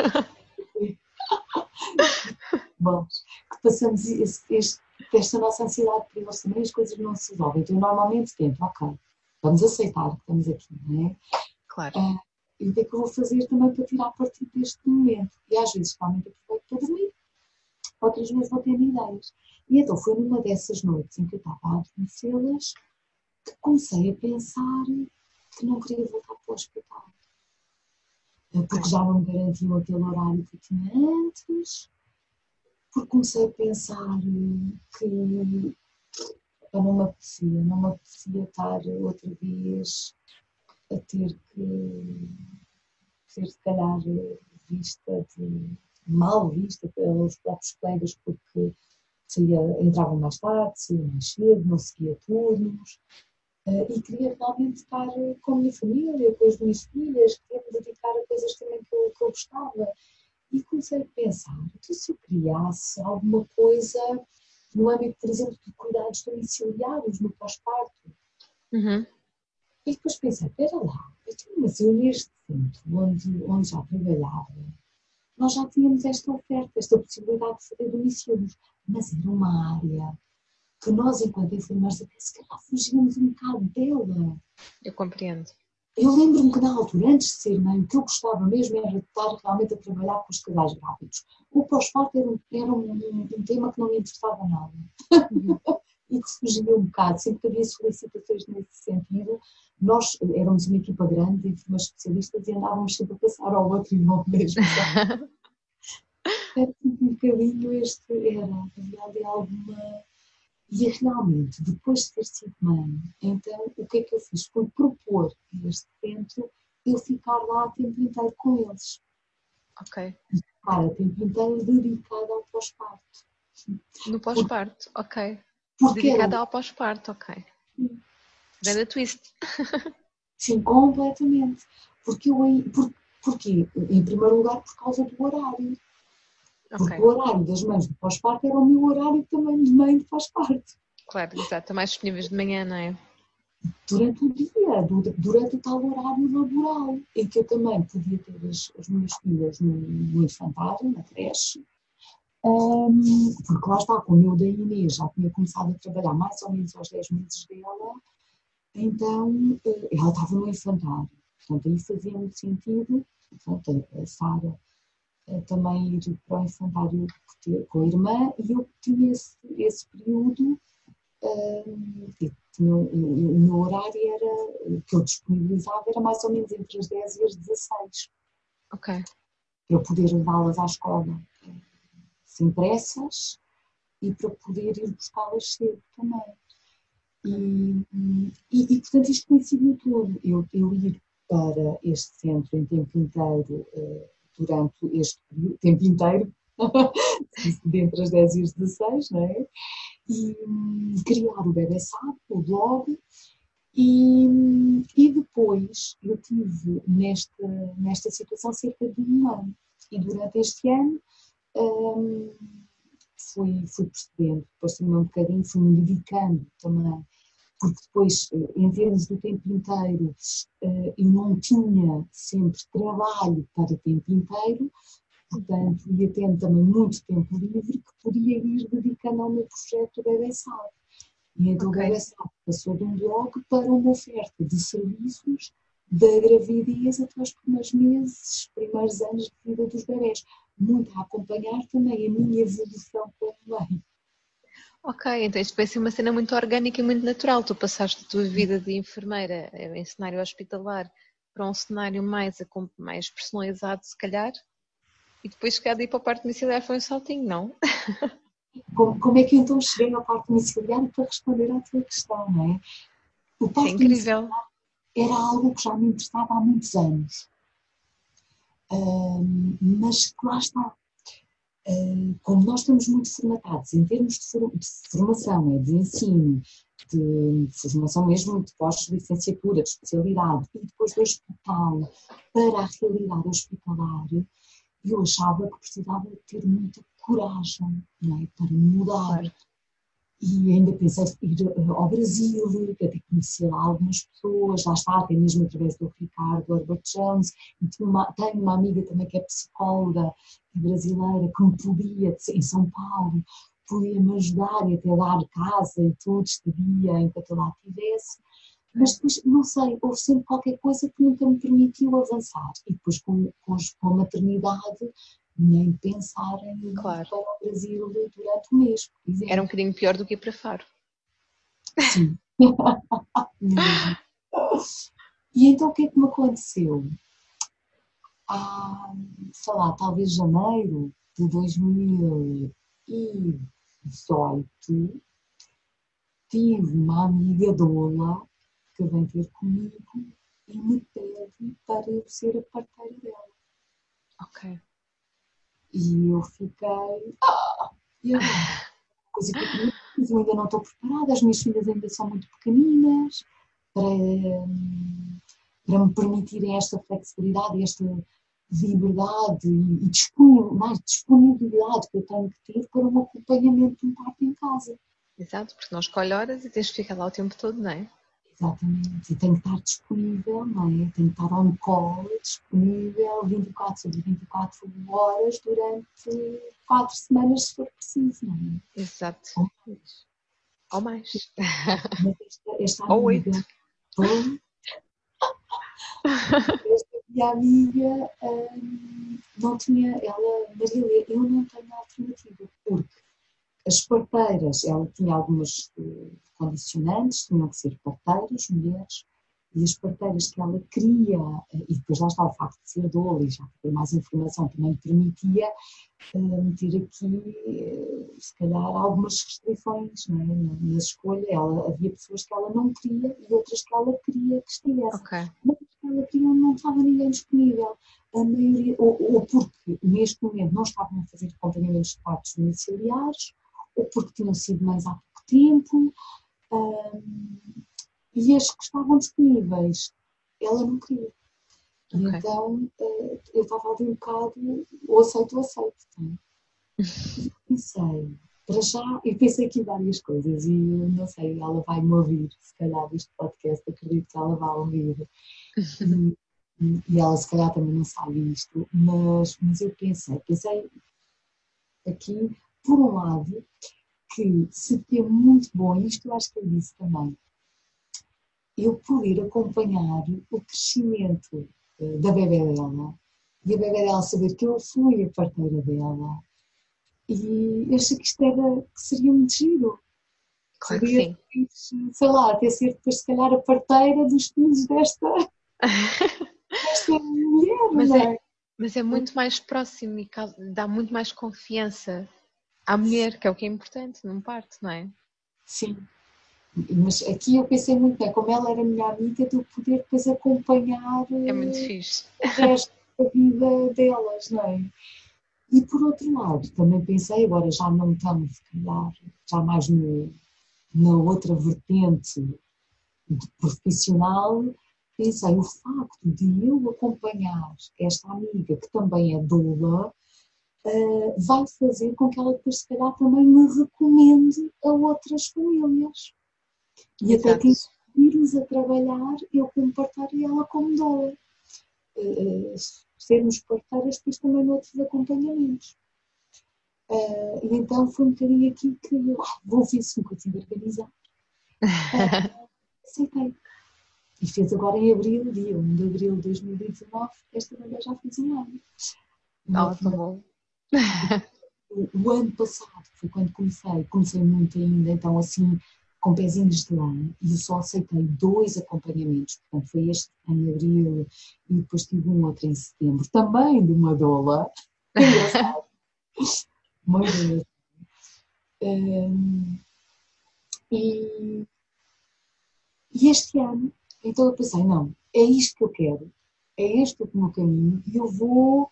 Bom, que passamos esta nossa ansiedade por eles também, as coisas não se resolvem. Então, eu normalmente tento, ok, vamos aceitar que estamos aqui, não é? Claro. E o que é que eu vou fazer também para tirar partido deste momento? E às vezes realmente aproveito para dormir, outras vezes vou tendo ideias. E então foi numa dessas noites em que eu estava a adormecê-las que comecei a pensar que não queria voltar para o hospital. Porque já não me garantiam aquele horário que eu tinha antes, porque comecei a pensar que não me apetecia estar outra vez a ter que ser, se calhar, mal vista pelos próprios colegas, porque entravam mais tarde, saía mais cedo, não seguia turnos, e queria realmente estar com a minha família, com as minhas filhas, queria me dedicar a coisas também que eu gostava. E comecei a pensar, então se eu criasse alguma coisa no âmbito, por exemplo, de cuidados domiciliários no pós-parto. E depois pensei, espera lá, mas eu neste centro onde já trabalhava, nós já tínhamos esta oferta, esta possibilidade de fazer domicílios, mas era uma área que nós, enquanto enfermeiros, até se calhar fugíamos um bocado dela. Eu compreendo. Eu lembro-me que na altura, antes de ser mãe, o que eu gostava mesmo era de estar realmente a trabalhar com os casais grávidos. O pós-parto era um tema que não me interessava nada. E que fugia um bocado, sempre que havia solicitações nesse sentido, nós éramos uma equipa grande de enfermeiros especialistas e andávamos sempre a passar ao outro e não mesmo. Era tipo um bocadinho havia ali alguma. E realmente, depois de ter sido mãe, então o que é que eu fiz? Foi propor a este centro eu ficar lá a tempo inteiro com eles. Ok. Ficar a tempo inteiro dedicada ao pós-parto. No Porque, pós-parto, ok. porque era. Dedicada ao pós-parto, ok. Grande twist. Sim, completamente. Porque eu aí. Porquê? Em primeiro lugar, por causa do horário. Ok. Porque o horário das mães de pós-parto era o meu horário também de mãe de pós-parto. Claro, exato. Estão mais disponíveis de manhã, não é? Durante o dia, durante o tal horário laboral, em que eu também podia ter as minhas filhas no infantário, na creche, porque lá está, como eu da Inês já tinha começado a trabalhar mais ou menos aos 10 meses dela, então ela estava no infantário. Portanto, aí fazia muito sentido, portanto, a Sara também ir para o infantário com a irmã, e eu tinha esse período. O meu horário era, que eu disponibilizava era mais ou menos entre as 10 e as 16, Ok. para eu poder levá-las à escola sem pressas e para poder ir buscá-las cedo também. Portanto, isto coincidiu tudo. Eu ir para este centro em tempo inteiro, durante este período, tempo inteiro, entre as 10 e as 16, não é? E criar o Bebé Sabe, o blog, e depois eu tive nesta situação cerca de um ano. E durante este ano fui percebendo, depois também um bocadinho, fui-me dedicando também, porque depois, em termos do tempo inteiro, eu não tinha sempre trabalho para tempo inteiro, portanto ia tendo também muito tempo livre que podia ir dedicando ao meu projeto Bebé Sabe. E então Ok. o Bebé Sabe passou de um blog para uma oferta de serviços da gravidez até os primeiros meses, primeiros anos de vida dos bebés. Muito a acompanhar também a minha evolução como mãe. Ok, então isto vai ser uma cena muito orgânica e muito natural. Tu passaste a tua vida de enfermeira em cenário hospitalar para um cenário mais personalizado, se calhar, e depois chegar daí para a parte domiciliar foi um saltinho, não? Como é que eu então cheguei ao parto domiciliar para responder à tua questão, não é? O Isso é parto domiciliar incrível. era algo que já me interessava há muitos anos. Mas que lá está. Como nós estamos muito formatados em termos de formação, de ensino, de formação mesmo de pós-licenciatura, de especialidade e depois do hospital para a realidade hospitalar, eu achava que precisava ter muita coragem, não é? Para mudar. Claro. E ainda pensei em ir ao Brasil, até conhecer lá algumas pessoas, lá está, até mesmo através do Ricardo Herbert Jones, e tenho uma amiga também que é psicóloga brasileira, que me podia, em São Paulo, podia-me ajudar e até dar casa e tudo, estadia enquanto eu lá estivesse. Mas depois, não sei, houve sempre qualquer coisa que nunca me permitiu avançar. E depois com a maternidade, nem pensar em ir Claro. para o Brasil durante o mês, por exemplo. Era um bocadinho pior do que ir para Faro. Sim, mesmo. E então o que é que me aconteceu? Sei lá, talvez janeiro de 2018, tive uma amiga doula que vem ter comigo e me pede para eu ser a parteira dela. Ok. E eu fiquei, e agora? Coisa que eu ainda não estou preparada, as minhas filhas ainda são muito pequeninas para me permitirem esta flexibilidade, esta liberdade e mais disponibilidade que eu tenho que ter para um acompanhamento de um parto em casa. Exato, porque não escolhe horas e tens de ficar lá o tempo todo, não é? Exatamente, e tenho que estar disponível, não é? Tenho que estar on call, disponível 24 sobre 24 horas durante 4 semanas se for preciso, não é? Exato. Ou mais. Mas esta Ou amiga, 8. esta minha amiga não tinha, Marília, eu não tenho alternativa, porque as parteiras, ela tinha algumas condicionantes, tinham que ser parteiras, mulheres, E as parteiras que ela queria, e depois lá está o facto de ser doula e já ter mais informação também permitia meter aqui, se calhar, algumas restrições, não é? Na escolha. Havia pessoas que ela não queria e outras que ela queria que estivesse. Ok. Mas que ela queria não estava ninguém disponível. A maioria, ou porque neste momento não estavam a fazer acompanhamentos de partos domiciliares, ou porque tinham sido mães há pouco tempo. E as que estavam disponíveis, ela não queria. E Ok. então eu estava ali um bocado, ou aceito, não é? E pensei, para já, eu pensei aqui várias coisas e não sei, ela vai-me ouvir, se calhar este podcast, acredito que ela vai ouvir. E, e ela se calhar também não sabe isto, mas eu pensei aqui, por um lado, que seria muito bom, e isto eu acho que eu disse também, eu poder acompanhar o crescimento da bebé dela e a bebé dela saber que eu fui a parteira dela e eu achei que isto que seria muito giro. Claro que Seria, sim. sei lá, até ser depois se calhar a parteira dos filhos desta mulher, Mas não é, é? mas é muito mais próximo e dá muito mais confiança à mulher, que é o que é importante num parto, não é? Sim, mas aqui eu pensei muito bem, como ela era minha amiga, de eu poder depois acompanhar É muito fixe. o resto da vida delas, não é? E por outro lado, também pensei, agora já não estamos, se calhar, já mais na outra vertente profissional, pensei, o facto de eu acompanhar esta amiga, que também é doula, vai fazer com que ela depois, se calhar, também me recomende a outras famílias. E até que Exato. ir-nos a trabalhar, eu como parteira e ela como doula. Sermos parteiras depois também noutros acompanhamentos. E então foi um bocadinho aqui que vou ver se me consigo organizar. Aceitei. E fez agora em abril, dia 1 de abril de 2019, esta mulher já fez um ano. Oh, tão bom. O ano passado foi quando comecei muito ainda, então assim, com pezinhos de lã, e eu só aceitei 2 acompanhamentos, portanto foi este em abril e depois tive um outro em setembro, também de uma doula, engraçado, muito engraçado. E, e este ano, então eu pensei, não, é isto que eu quero, é este o meu caminho, e eu vou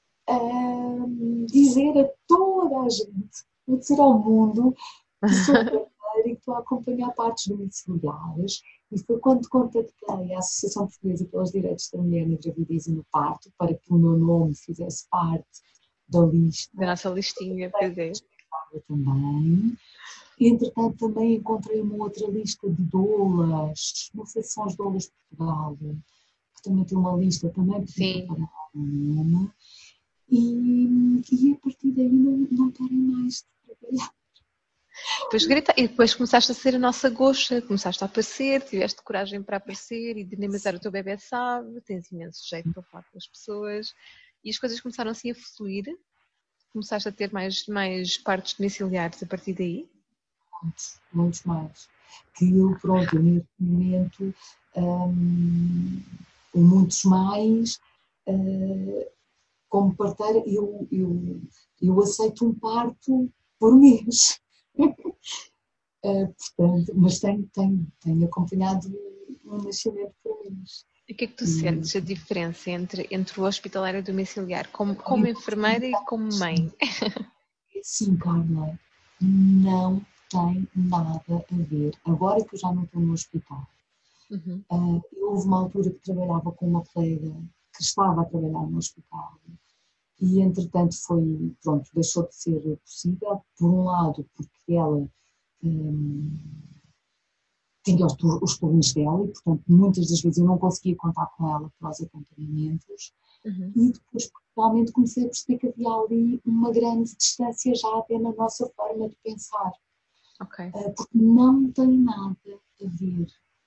dizer a toda a gente, vou dizer ao mundo que sou parteira e que estou a acompanhar partos domiciliares. E foi quando contactei a Associação Portuguesa pelos Direitos da Mulher na Gravidez e no Parto para que o meu nome fizesse parte da lista. Da nossa listinha, pois é. Eu também. Entretanto, também encontrei uma outra lista de doulas, não sei se são as doulas de Portugal, que também tem uma lista também para o nome. E a partir daí não parei mais de trabalhar. Depois grita, e depois começaste a ser a nossa goxa, começaste a aparecer, tiveste coragem para aparecer e dinamizar o teu bebê sabe, tens imenso jeito para falar com as pessoas e as coisas começaram assim a fluir, começaste a ter mais partos domiciliares a partir daí? Muitos mais. Que eu, pronto, neste momento, muitos mais, como parteira, eu aceito um parto por mês. Portanto, mas tenho acompanhado um nascimento por mês. E o que é que tu sentes a diferença entre o hospitalar e o domiciliar, como enfermeira e como mãe? Sim, Carla, não tem nada a ver. Agora que eu já não estou no hospital, Uhum. houve uma altura que trabalhava com uma colega que estava a trabalhar no hospital e, entretanto, pronto, deixou de ser possível, por um lado, porque ela tinha os turnos dela e, portanto, muitas das vezes eu não conseguia contar com ela para os acompanhamentos. Uhum. E depois, realmente, comecei a perceber que havia ali uma grande distância já até na nossa forma de pensar. Ok. Porque não tem nada a ver,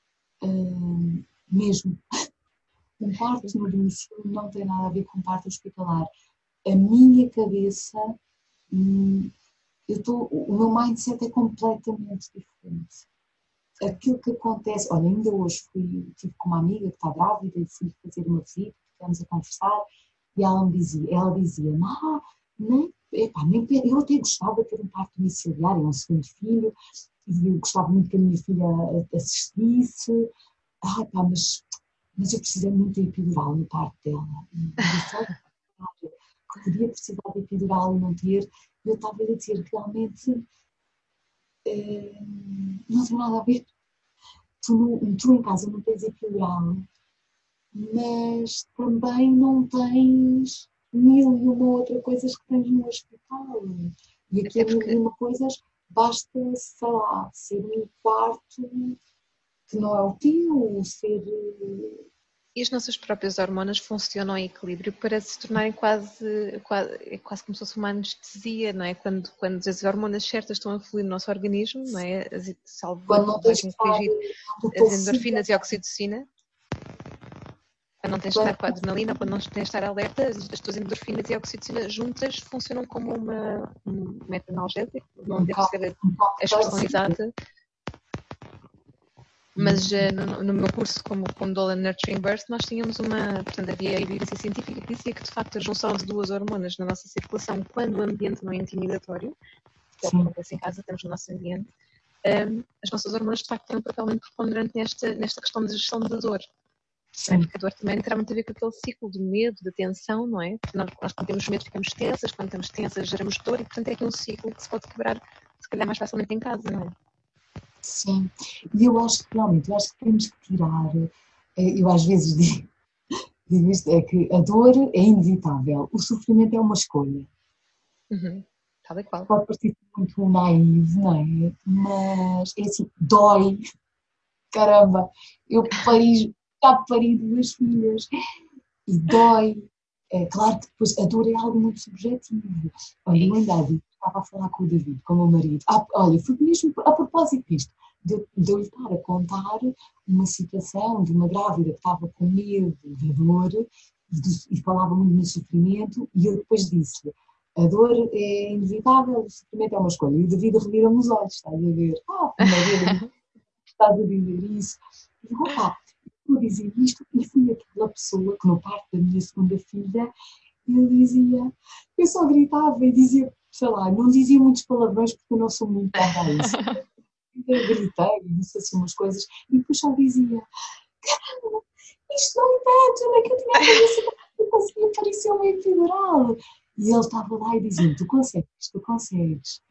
mesmo. Um parto no domicílio não tem nada a ver com um parto hospitalar. A minha cabeça, o meu mindset é completamente diferente. aquilo que acontece, olha, ainda hoje estive com uma amiga que está grávida e fui fazer uma visita, ficamos a conversar e ela dizia, nem, eu até gostava de ter um parto domiciliário, um segundo filho, e eu gostava muito que a minha filha assistisse, mas eu precisei muito de epidural no parto dela, e só que podia precisar de epidural e não ter, eu estava a dizer, realmente não tem nada a ver. Tu em casa não tens epidural, mas também não tens mil e uma outra coisas que tens no hospital. E Até aquilo mil porque e uma coisas basta, sei lá, ser um quarto que não é o teu, ser. e as nossas próprias hormonas funcionam em equilíbrio para se tornarem é quase como se fosse uma anestesia, não é? Quando as hormonas certas estão a fluir no nosso organismo, não é? Salvo Quando erro, não tens que vais-me estar corrigir, do as teu filho, endorfinas e a oxitocina, quando não tens de estar com a adrenalina, quando não tens de estar alerta, as tuas endorfinas e a oxitocina juntas funcionam como um meta-analgésico, não devo saber a expressão exata, mas no meu curso como doula Nurturing Birth, nós tínhamos portanto, havia evidência científica que dizia que de facto a junção de duas hormonas na nossa circulação, quando o ambiente não é intimidatório, que é o que acontece em casa, estamos no nosso ambiente, as nossas hormonas de facto têm um papel muito preponderante nesta questão de gestão da dor. Não é? Porque a dor também terá muito a ver com aquele ciclo de medo, de tensão, não é? Porque nós quando temos medo ficamos tensas, quando estamos tensas geramos dor e portanto é aqui um ciclo que se pode quebrar se calhar mais facilmente em casa, não é? Sim, e eu acho que realmente, temos que tirar, eu às vezes digo isto, é que a dor é inevitável, o sofrimento é uma escolha. Tal e qual. Pode parecer muito naivo, não é? Mas é assim, dói, caramba, já pari duas filhas e dói. É claro que depois a dor é algo muito subjetivo. Olha, eu ainda estava a falar com o David, com o meu marido. Olha, foi mesmo a propósito disto, de eu lhe estar a contar uma situação de uma grávida que estava com medo da dor e falava muito no sofrimento, e eu depois disse-lhe: a dor é inevitável, o sofrimento é uma escolha. E o David revira-me os olhos, estás a ver? Maria, estás a dizer isso. E digo, vou dizer isto, e fui aquela pessoa que no parto da minha segunda filha, eu dizia, eu só gritava e dizia, sei lá, não dizia muitos palavrões porque eu não sou muito dada a isso. Eu gritei e disse assim umas coisas e depois só dizia, caramba, isto não impede, onde é que eu tinha a cabeça que eu conseguia aparecer uma epidural? E ele estava lá e dizia, tu consegues.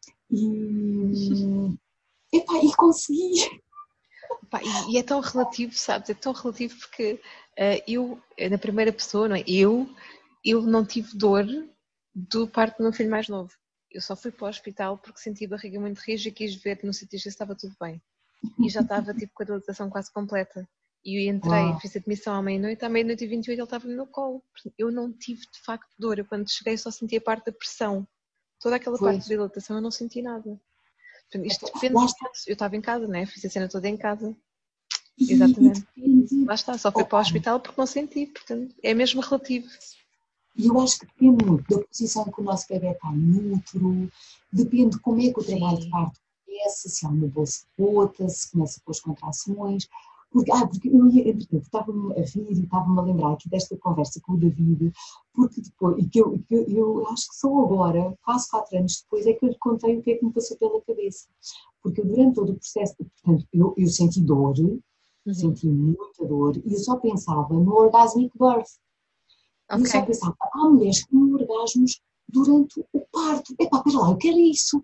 E consegui. E é tão relativo, sabes? É tão relativo porque eu, na primeira pessoa, não é? Eu não tive dor do parto do meu filho mais novo. Eu só fui para o hospital porque senti a barriga muito rija e quis ver no sítio se estava tudo bem. E já estava tipo com a dilatação quase completa. E eu entrei, fiz a admissão à meia-noite e 28 ele estava no meu colo. Eu não tive de facto dor. Eu quando cheguei só senti a parte da pressão. Toda aquela parte da dilatação eu não senti nada. Portanto, isto depende do caso. Eu estava em casa, né? Fiz a cena toda em casa. Exatamente. Lá está, só fui para o hospital porque não senti. Portanto, é mesmo relativo. E eu acho que depende muito da posição que o nosso bebê está no útero, depende de como é que o trabalho de parto começa, se há uma bolsa rota, se começa com as contrações. Porque eu entretanto, estava-me a rir e estava-me a lembrar aqui desta conversa com o David, porque depois, e que eu acho que só agora, quase 4 anos depois, é que eu lhe contei o que é que me passou pela cabeça. Porque durante todo o processo, portanto, eu senti dor, senti muita dor, e eu só pensava no orgasmic birth. E eu só pensava, há mulheres que têm orgasmos durante o parto. Epá, pera lá, eu quero isso.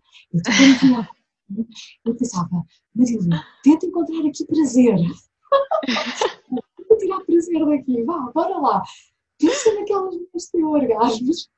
Eu pensava, Marília, tenta encontrar aqui prazer. Vou tirar prazer daqui, bora lá. Pensa naquelas mulheres que têm orgasmos.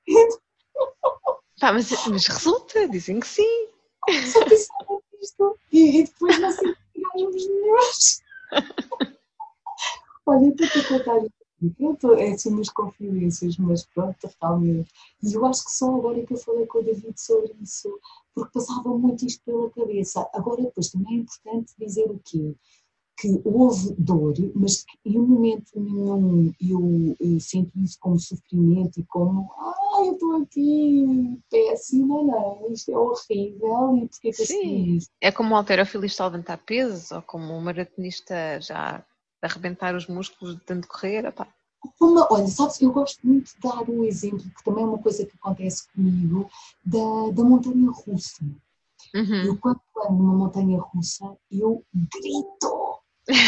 Mas resulta, dizem que sim. Só pensava nisto. E depois não sei orgasmos nenhums. Olha, eu estou a contar. São umas confidências, mas pronto, realmente. E eu acho que só agora é que eu falei com o David sobre isso, porque passava muito isto pela cabeça. Agora, depois, também é importante dizer o quê? que houve dor, mas que em momento nenhum eu senti isso como sofrimento e como eu estou aqui péssima, não, isto é horrível e porquê que eu Sim, segui isto? é como um halterofilista a levantar pesos ou como um maratonista já a arrebentar os músculos de tanto correr. Opá. Olha, sabes, eu gosto muito de dar o exemplo, que também é uma coisa que acontece comigo, da montanha russa. Eu, Uhum. quando ando numa montanha russa, eu grito,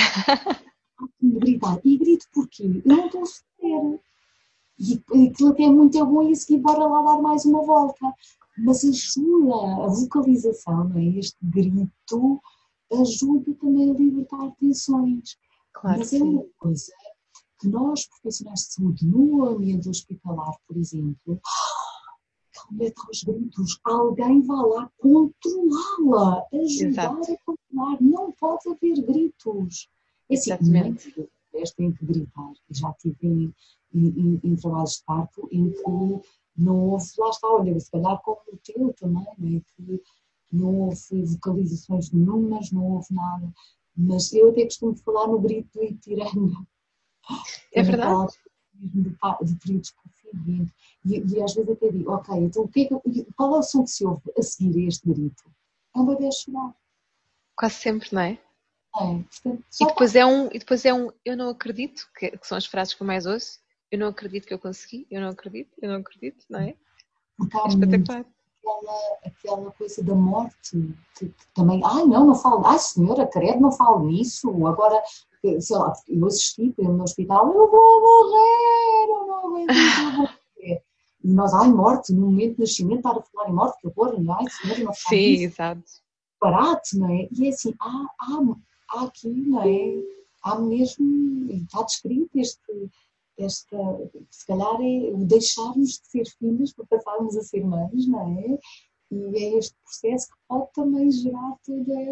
gritar. E grito porquê? Eu não estou a sofrer. E aquilo até é muito bom e a seguir bora lá dar mais uma volta. Mas ajuda, a vocalização, não é? Este grito ajuda também a libertar tensões. Claro Mas que é sim. uma coisa que nós, profissionais de saúde, no ambiente hospitalar, por exemplo, mete aos gritos, alguém vai lá controlá-la, ajudar Exato, a controlar, não pode haver gritos. É assim, nem exatamente. que têm que gritar. Já tive em trabalhos de parto em que não houve, lá está, olha, se calhar como o teu também, não é? Que não houve vocalizações nenhumas, não houve nada. Mas eu até costumo falar no grito do Ipiranga, que É é verdade? naquela altura mesmo de períodos de confinamento. E às vezes até digo, ok, então qual é o som que se ouve a seguir a este grito? É um bebê a chorar. Quase sempre, não é? É, portanto, E já está. depois é um, e depois é um eu não acredito, que são as frases que eu mais ouço. Eu não acredito que eu consegui, eu não acredito, não é? Porque É há muito espetacular. aquela coisa da morte, que também, não, não falo, senhora, credo, não falo nisso, agora, sei lá, eu assisti para ir no hospital, eu vou morrer, eu não aguento isto, eu vou morrer. E nós, morte, no momento do nascimento, estar a falar em morte, que horror, senhora, não falo Sim, disso, exato. barato, não é? E é assim, há aqui, não é? Há mesmo, está descrito esta, se calhar é o deixarmos de ser filhos para passarmos a ser mães, não é? E é este processo que pode também gerar toda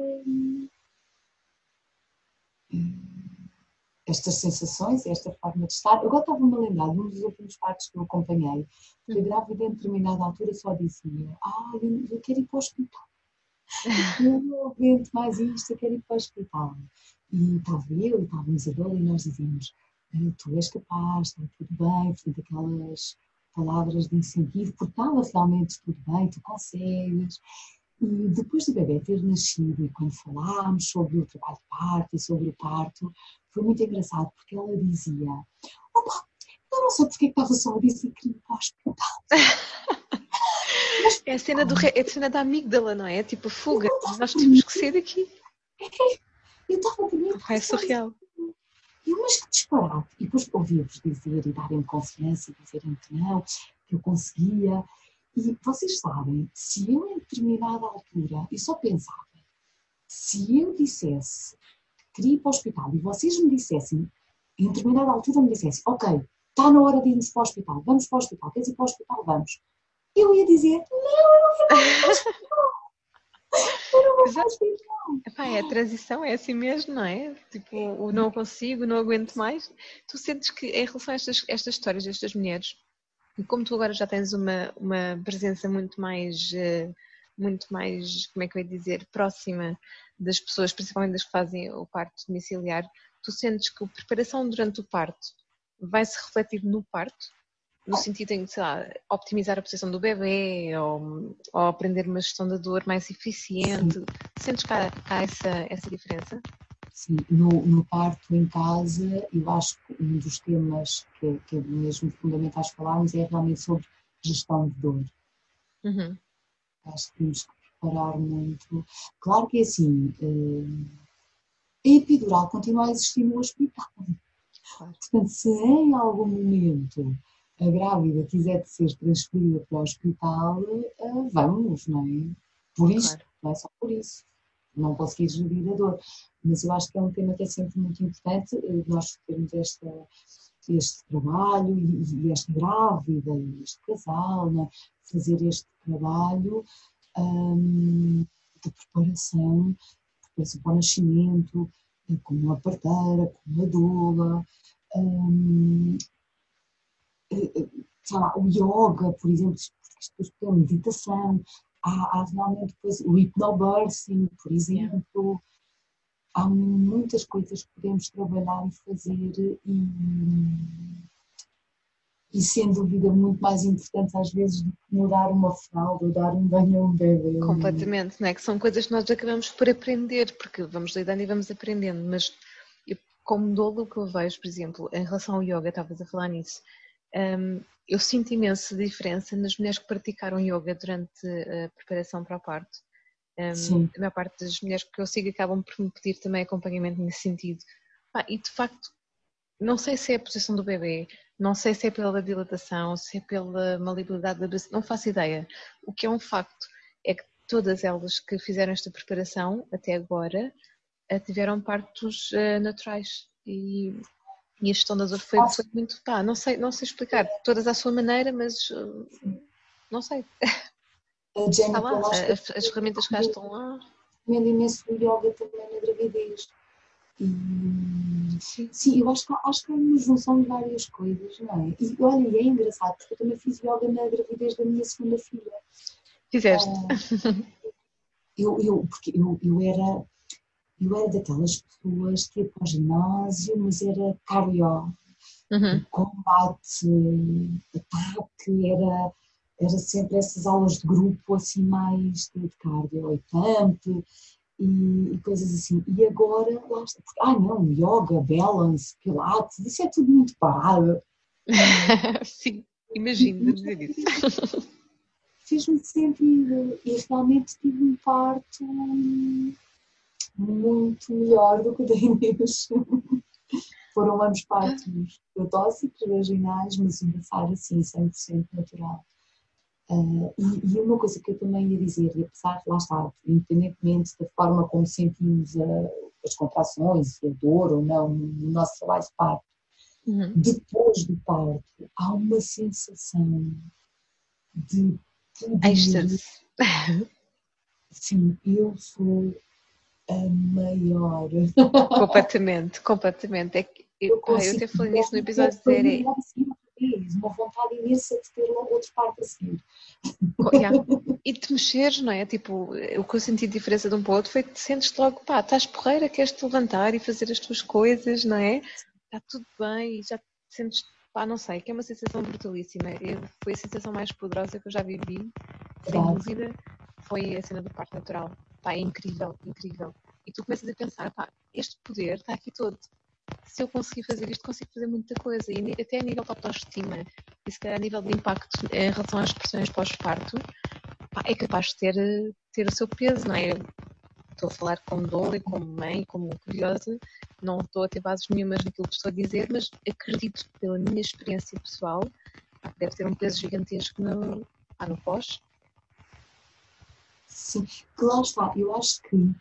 estas sensações, esta forma de estar. Agora estava-me a lembrar de um dos últimos partos que eu acompanhei, que a Uhum. grávida em determinada altura só dizia, eu quero ir para o hospital. Eu não aguento mais isto, eu quero ir para o hospital. E estava eu e estava a Isadora e nós dizíamos, tu és capaz, está tudo bem, portanto aquelas palavras de incentivo, porque estava realmente tudo bem, tu consegues. E depois do bebê ter nascido e quando falámos sobre o trabalho de parto e sobre o parto, foi muito engraçado porque ela dizia, opa, eu não sei porque estava só a dizer que queria ir para o hospital. Mas É a cena da amígdala, não é? Tipo fuga. Nós temos que sair daqui. eu estava por mim, Opa, é surreal. mas que disparate. E depois ouvi-vos dizer e darem-me confiança e dizerem que não, que eu conseguia. E vocês sabem, se eu em determinada altura, eu só pensava, se eu dissesse que queria ir para o hospital e vocês me dissessem, em determinada altura me dissessem, ok, está na hora de irmos para o hospital, vamos para o hospital, queres ir para o hospital, vamos. Eu ia dizer, não, eu não quero ir para o hospital, eu não vou para o Exato. hospital. Epá, é a transição, é assim mesmo, não é? Tipo, o não consigo, não aguento mais. Tu sentes que, em relação a estas histórias destas mulheres, e como tu agora já tens uma presença muito mais, como é que eu ia dizer, próxima das pessoas, principalmente das que fazem o parto domiciliar, tu sentes que a preparação durante o parto vai se refletir no parto? No sentido em, sei lá, optimizar a posição do bebê ou aprender uma gestão da dor mais Sim, eficiente. Sentes que há essa diferença? sim, no parto em casa, eu acho que um dos temas que é mesmo fundamentais falarmos é realmente sobre gestão de dor. Uhum, Acho que temos que preparar muito. Claro que é assim, a epidural continua a existir no hospital. claro, Portanto, se em algum momento a grávida quiser ser transferida para o hospital, vamos, não é? Por isto, claro. não é só por isso. Não conseguir gerir a dor. Mas eu acho que é um tema que é sempre muito importante, nós termos este trabalho e esta grávida e este casal, né? Fazer este trabalho de preparação para o nascimento, com uma parteira, com uma doula, hum, sei lá, o yoga, por exemplo, isto é meditação, há realmente depois o hipnobirthing, por Yeah. exemplo, há muitas coisas que podemos trabalhar e fazer e sem dúvida muito mais importante às vezes do que mudar uma fralda ou dar um banho a um bebê. Completamente, não é? Que são coisas que nós acabamos por aprender, porque vamos lidando e vamos aprendendo, mas eu, como dolo que eu vejo, por exemplo, em relação ao yoga, estavas a falar nisso, eu sinto imensa diferença nas mulheres que praticaram yoga durante a preparação para o parto. Sim. A maior parte das mulheres que eu sigo acabam por me pedir também acompanhamento nesse sentido. E de facto, não sei se é a posição do bebê, não sei se é pela dilatação, se é pela maleabilidade da bacia, não faço ideia. O que é um facto é que todas elas que fizeram esta preparação até agora tiveram partos naturais e a gestão da dor foi muito, não sei explicar, todas à sua maneira, mas não sei. A Está Jennifer, lá, acho que as ferramentas cá estão lá. recomendo imenso o yoga também na gravidez. Sim, eu acho que é uma junção de várias coisas, não é? E olha, é engraçado, porque eu também fiz yoga na gravidez da minha segunda filha. Fizeste? Porque eu era daquelas pessoas que ia para o ginásio, mas era cardio, combate, ataque, era sempre essas aulas de grupo assim mais de cardio e pump e coisas assim. E agora, lá está, porque, não, yoga, balance, pilates, isso é tudo muito parado. Sim, imagino dizer isso. Fez-me sentido e realmente tive um parto muito melhor do que o da Inês. Foram ambos partos protóxicos, vaginais, mas o da Sara, sim, 100% natural. E uma coisa que eu também ia dizer, e apesar de lá estar, independentemente da forma como sentimos as contrações, a dor ou não, no nosso trabalho de parto, depois do parto, há uma sensação de poder. Sim, eu sou a maior. Completamente. É que, eu até falei nisso no episódio de série. Uma vontade imensa de ter outro parto a seguir. E te mexeres, não é? Tipo, o que eu senti de diferença de um para o outro foi que te sentes logo, estás porreira, queres te levantar e fazer as tuas coisas, não é? Está tudo bem e já te sentes, não sei, que é uma sensação brutalíssima. Foi a sensação mais poderosa que eu já vivi, sem dúvida, foi a cena do parto natural. É incrível. E tu começas a pensar, este poder está aqui todo. Se eu conseguir fazer isto, consigo fazer muita coisa. E até a nível de autoestima, e se calhar a nível de impacto em relação às expressões pós-parto, é capaz de ter o seu peso, não é? Estou a falar como dor e como mãe, como curiosa, não estou a ter bases nenhumas naquilo que estou a dizer, mas acredito pela minha experiência pessoal, que deve ter um peso gigantesco no pós. Sim, claro está. Eu acho que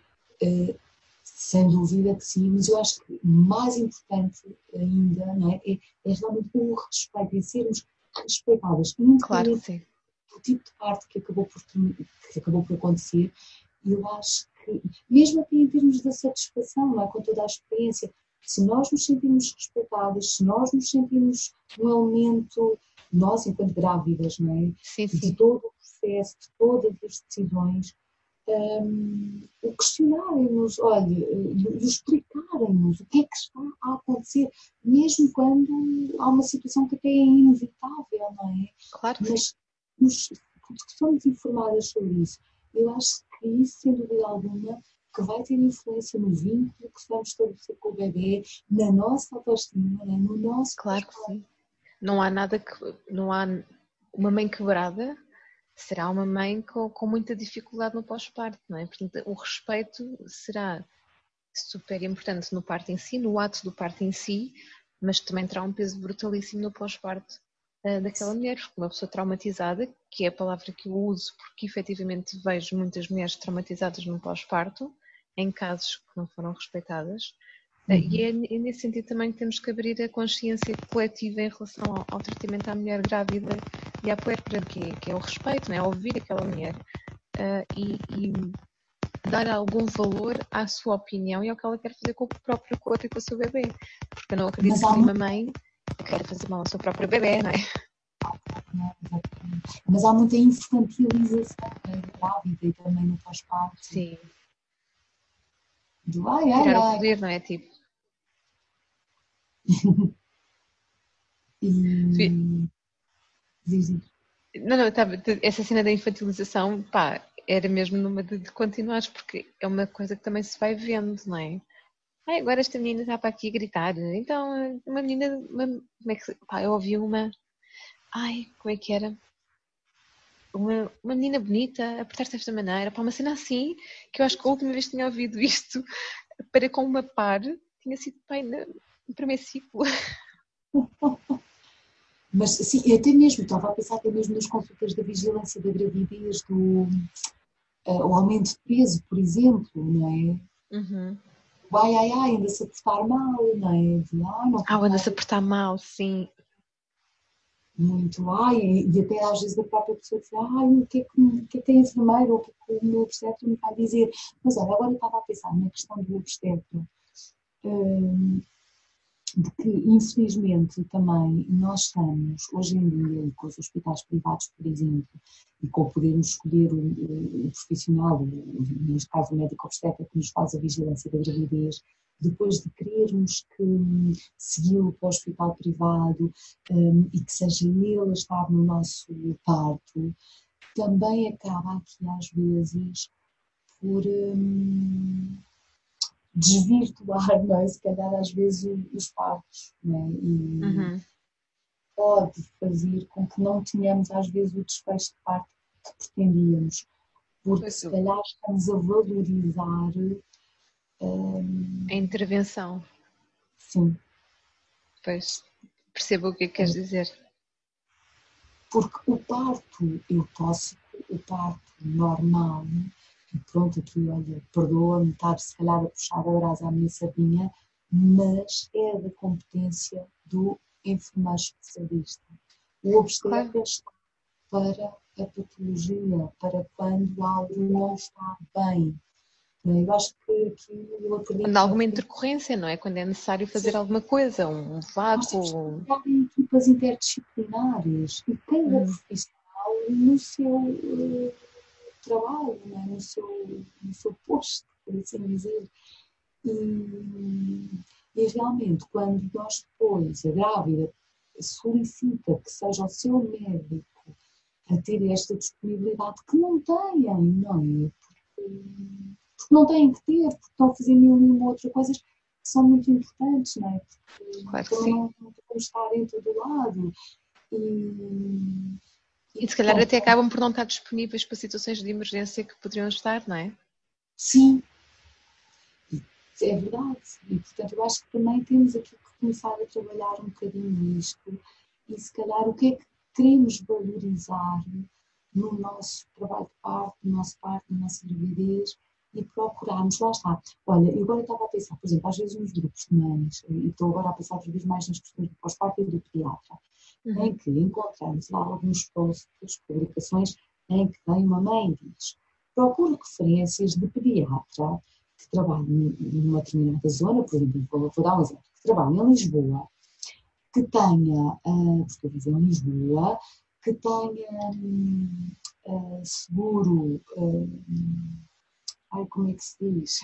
sem dúvida que sim, mas eu acho que mais importante ainda, não é realmente o respeito, é sermos respeitadas, independentemente do tipo de parto que acabou por acontecer. Eu acho que, mesmo até em termos da satisfação, não é, com toda a experiência, se nós nos sentimos respeitadas, se nós nos sentimos um elemento, nós enquanto grávidas, não é? Sim. De todo o processo, de todas as decisões, o questionarem-nos, e explicarem-nos o que é que está a acontecer, mesmo quando há uma situação que até é inevitável, não é? Claro que mas porque somos informadas sobre isso. Eu acho que isso, sem dúvida alguma, que vai ter influência no vínculo que vamos estabelecer com o bebê, na nossa autoestima, no nosso... Claro que sim. Não há uma mãe quebrada será uma mãe com muita dificuldade no pós-parto, não é? Portanto, o respeito será super importante no parto em si, no ato do parto em si, mas também terá um peso brutalíssimo no pós-parto daquela mulher, porque uma pessoa traumatizada, que é a palavra que eu uso, porque efetivamente vejo muitas mulheres traumatizadas no pós-parto, em casos que não foram respeitadas, e é nesse sentido também que temos que abrir a consciência coletiva em relação ao tratamento à mulher grávida e à puérpera, que é o respeito, não é? Ouvir aquela mulher e dar algum valor à sua opinião e ao que ela quer fazer com o próprio corpo e com o seu bebê. Porque eu não acredito que nenhuma mãe queira fazer mal ao seu próprio bebê, não é? Mas há muita infantilização da grávida e também no pós-parto. Sim. Do ai, ai, Tirar o ai. poder, não é? Tipo, E dizem, não, não, essa cena da infantilização, pá, era mesmo numa de continuares, porque é uma coisa que também se vai vendo, não é? Ai, agora esta menina está para aqui a gritar. Então, uma menina, como é que, pá, eu ouvi ai, como é que era? Uma menina bonita a portar-se desta maneira, pá, uma cena assim, que eu acho que a última vez que tinha ouvido isto para com uma par, tinha sido, pai, no primeiro ciclo. mas sim, eu até mesmo, estava a pensar até mesmo nas consultas da vigilância da gravidez, o aumento de peso, por exemplo, não é? Uhum. O ai, ai, ai, ainda-se a portar mal, não é? De, ai, não pode Anda-se a nada, portar mal, sim. muito ai, e até às vezes a própria pessoa diz, ai, o que é que a enfermeira ou o que é que o meu obstetra me vai dizer? Mas olha, agora eu estava a pensar na questão do obstetra, de que infelizmente também nós estamos, hoje em dia, com os hospitais privados, por exemplo, e com podermos escolher o profissional, neste caso o médico obstetra que nos faz a vigilância da gravidez, depois de querermos que segui-lo para o hospital privado e que seja ele a estar no nosso parto, também acaba aqui às vezes por desvirtuar, não é? Se calhar às vezes os partos, não é? E Uhum. pode fazer com que não tenhamos às vezes o desfecho de parto que pretendíamos, porque Pois, se calhar estamos a valorizar, a intervenção. sim, Pois, percebo o que é que queres dizer. porque o parto eutóxico, o parto normal, e pronto, aqui, olha, perdoa-me estar se calhar a puxar a brasa à minha sardinha, mas é da competência do enfermeiro especialista. O Claro. obstetra está para a patologia, para quando algo não está bem. Eu acho que aqui eu Quando há acredito alguma muito intercorrência, não é? Quando é necessário fazer que alguma coisa, um nós temos que vácuo. trabalhar em equipas interdisciplinares e cada Uhum. profissional no seu trabalho, não é? no seu posto, por assim dizer. E realmente, quando nós depois, a grávida, solicita que seja o seu médico a ter esta disponibilidade, que não têm, não é? Porque não têm que ter, porque estão a fazer mil e uma outras coisas que são muito importantes, não é? Porque Claro que também sim. não podemos estar em todo lado. E E se calhar até portanto, acabam por não estar disponíveis para situações de emergência que poderiam estar, não é? sim, é verdade. E portanto, eu acho que também temos aqui que começar a trabalhar um bocadinho isto e se calhar o que é que queremos valorizar no nosso trabalho de parto, no nosso parto, na nossa gravidez e procurarmos, lá está. Olha, eu agora estava a pensar, por exemplo, às vezes nos grupos de mães, e estou agora a pensar outra vez mais nas questões do pós-parto e do pediatra, em Uhum. que encontramos lá alguns posts, publicações, em que vem uma mãe e diz: procure referências de pediatra que trabalhe numa determinada zona, por exemplo, vou dar um exemplo, que trabalhe em Lisboa, que tenha, porque eu vivo em Lisboa, que tenha seguro, ai, como é que se diz?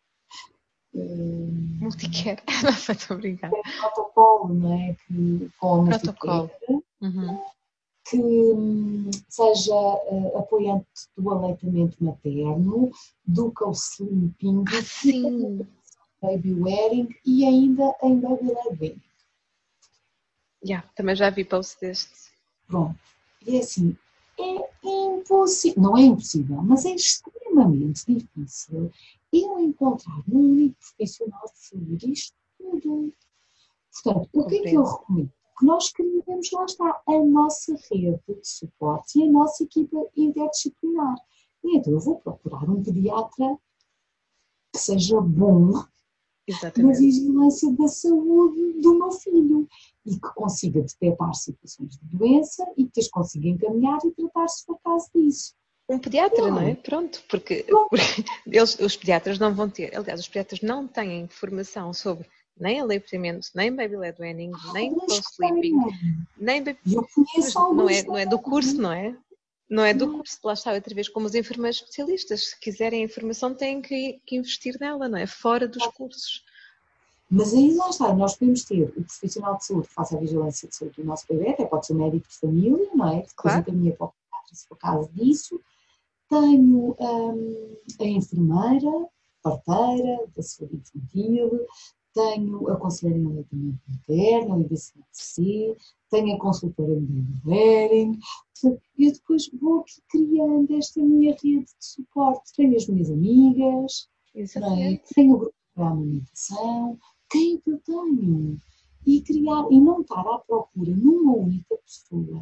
Multicare. Não sei, estou a brincar. Protocolo, não é? Que, com a multicare, Protocolo. Uhum. que seja apoiante do aleitamento materno, do co-sleeping, que tenha Sim. baby wearing e ainda em baby led weaning. Yeah, também já vi post deste. Pronto. E é assim, é impossível, não é impossível, mas é extremamente difícil eu encontrar num único profissional de saúde isto tudo. Portanto, o que é que eu Compreendo. recomendo? Que nós criemos, lá está, a nossa rede de suporte e a nossa equipa interdisciplinar. E então eu vou procurar um pediatra que seja bom na Exatamente. vigilância da saúde do meu filho e que consiga detectar situações de doença e que as consiga encaminhar e tratar se for caso disso. Um pediatra, não é? Não, Pronto, porque, não, os pediatras não vão ter, aliás, os pediatras não têm informação sobre nem aleitamento, nem baby led weaning, nem alguns que co-sleeping, tenham. nem baby... E eu Pois conheço não alguns é, que não é do curso, tenham. não é? não é do curso, lá está outra vez, como os enfermeiros especialistas, se quiserem a informação têm que investir nela, não é? Fora dos cursos. Mas aí lá está, nós podemos ter o profissional de saúde que faça a vigilância de saúde do nosso bebê, até pode ser um médico de família, não é? Que depois encaminha para o pediatra se for caso disso. Tenho a enfermeira, parteira da saúde infantil, tenho a conselheira em aleitamento materno, a IBCC, tenho a consultora de baby. E depois vou aqui criando esta minha rede de suporte. Tenho as minhas amigas, tenho o grupo para a amamentação, quem é que eu tenho? E criar, e não estar à procura numa única pessoa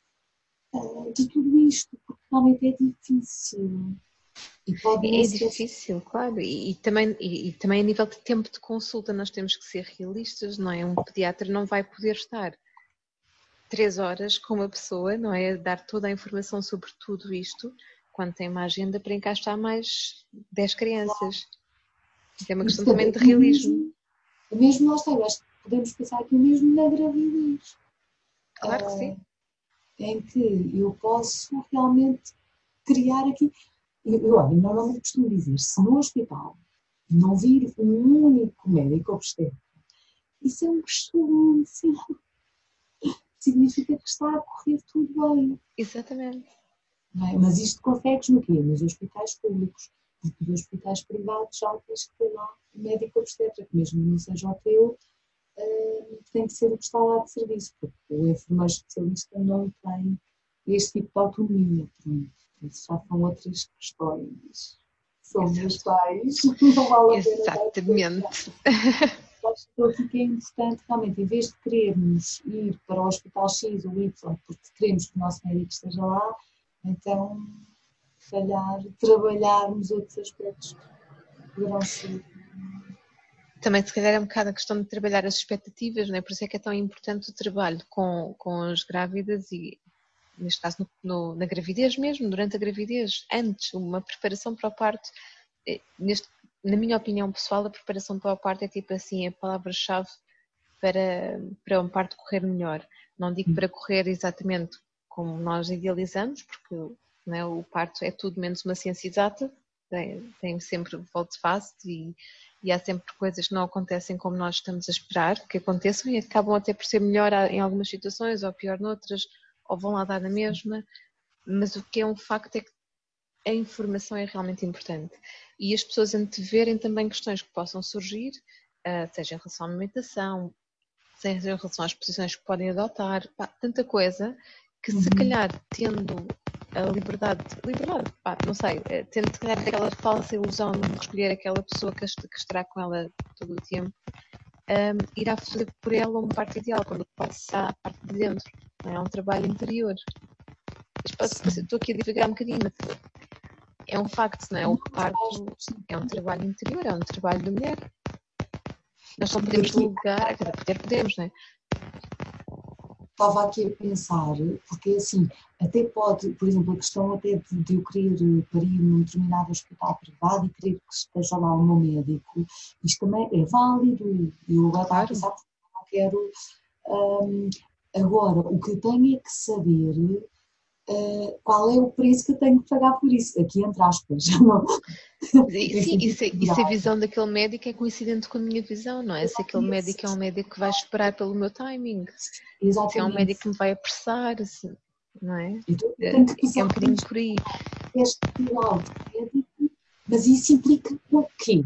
de tudo isto, porque realmente é difícil. E é difícil, claro, e também a nível de tempo de consulta nós temos que ser realistas, não é? Um pediatra não vai poder estar 3 horas com uma pessoa, não é? Dar toda a informação sobre tudo isto, quando tem uma agenda para encaixar mais 10 crianças. É uma questão também de realismo. O mesmo lá está, eu acho que podemos pensar aqui o mesmo na gravidez. Claro que sim. Em que eu posso realmente criar aqui. Eu normalmente costumo dizer, se no hospital não vir um único médico obstetra, isso é um excelente sinal. Significa que está a correr tudo bem. Exatamente. Mas isto consegues no quê? Nos hospitais públicos. Porque nos hospitais privados já tens que ter lá um médico obstetra, que mesmo não seja o teu, tem que ser o que está lá de serviço, porque o enfermeiro especialista não tem este tipo de autonomia. Isso já são outras questões. Somos os pais, não vale a pena. Exatamente. Acho que é importante, realmente, em vez de querermos ir para o hospital X ou Y, porque queremos que o nosso médico esteja lá, então, se calhar, trabalharmos outros aspectos que poderão ser. Também, se calhar, é um bocado a questão de trabalhar as expectativas, não é? Por isso é que é tão importante o trabalho com as grávidas e, neste caso, na gravidez mesmo, durante a gravidez, antes, uma preparação para o parto. Na minha opinião pessoal, a preparação para o parto é tipo assim, a palavra-chave para um parto correr melhor. Não digo para correr exatamente como nós idealizamos, porque não é, o parto é tudo menos uma ciência exata, tem sempre volte-face e há sempre coisas que não acontecem como nós estamos a esperar que aconteçam e acabam até por ser melhor em algumas situações ou pior noutras, ou vão lá dar na mesma, mas o que é um facto é que a informação é realmente importante e as pessoas anteverem também questões que possam surgir, seja em relação à alimentação, seja em relação às posições que podem adotar, tanta coisa que se calhar tendo a liberdade, não sei, tendo se calhar aquela falsa ilusão de escolher aquela pessoa que estará com ela todo o tempo, irá fazer por ela um parto ideal, quando pode ser a parte de dentro, não é? É um trabalho interior. Estou aqui a divagar um bocadinho, mas é um facto, não é? O parto é um trabalho interior, é um trabalho da mulher. Nós não podemos julgar, até podemos, não é? Estava aqui a pensar, porque assim, até pode, por exemplo, a questão até de eu querer parir num determinado hospital privado e querer que esteja lá o meu médico, isto também é válido. Eu agora estava a pensar porque não quero. Agora, o que eu tenho é que saber qual é o preço que eu tenho que pagar por isso, aqui entre aspas. Não. Sim, e se a visão daquele médico é coincidente com a minha visão, não é? Se aquele médico é um médico que vai esperar pelo meu timing, exatamente. se é um médico que me vai apressar, não é? Então, eu tenho que é um bocadinho por aí. Este grau de médico, mas isso implica o quê?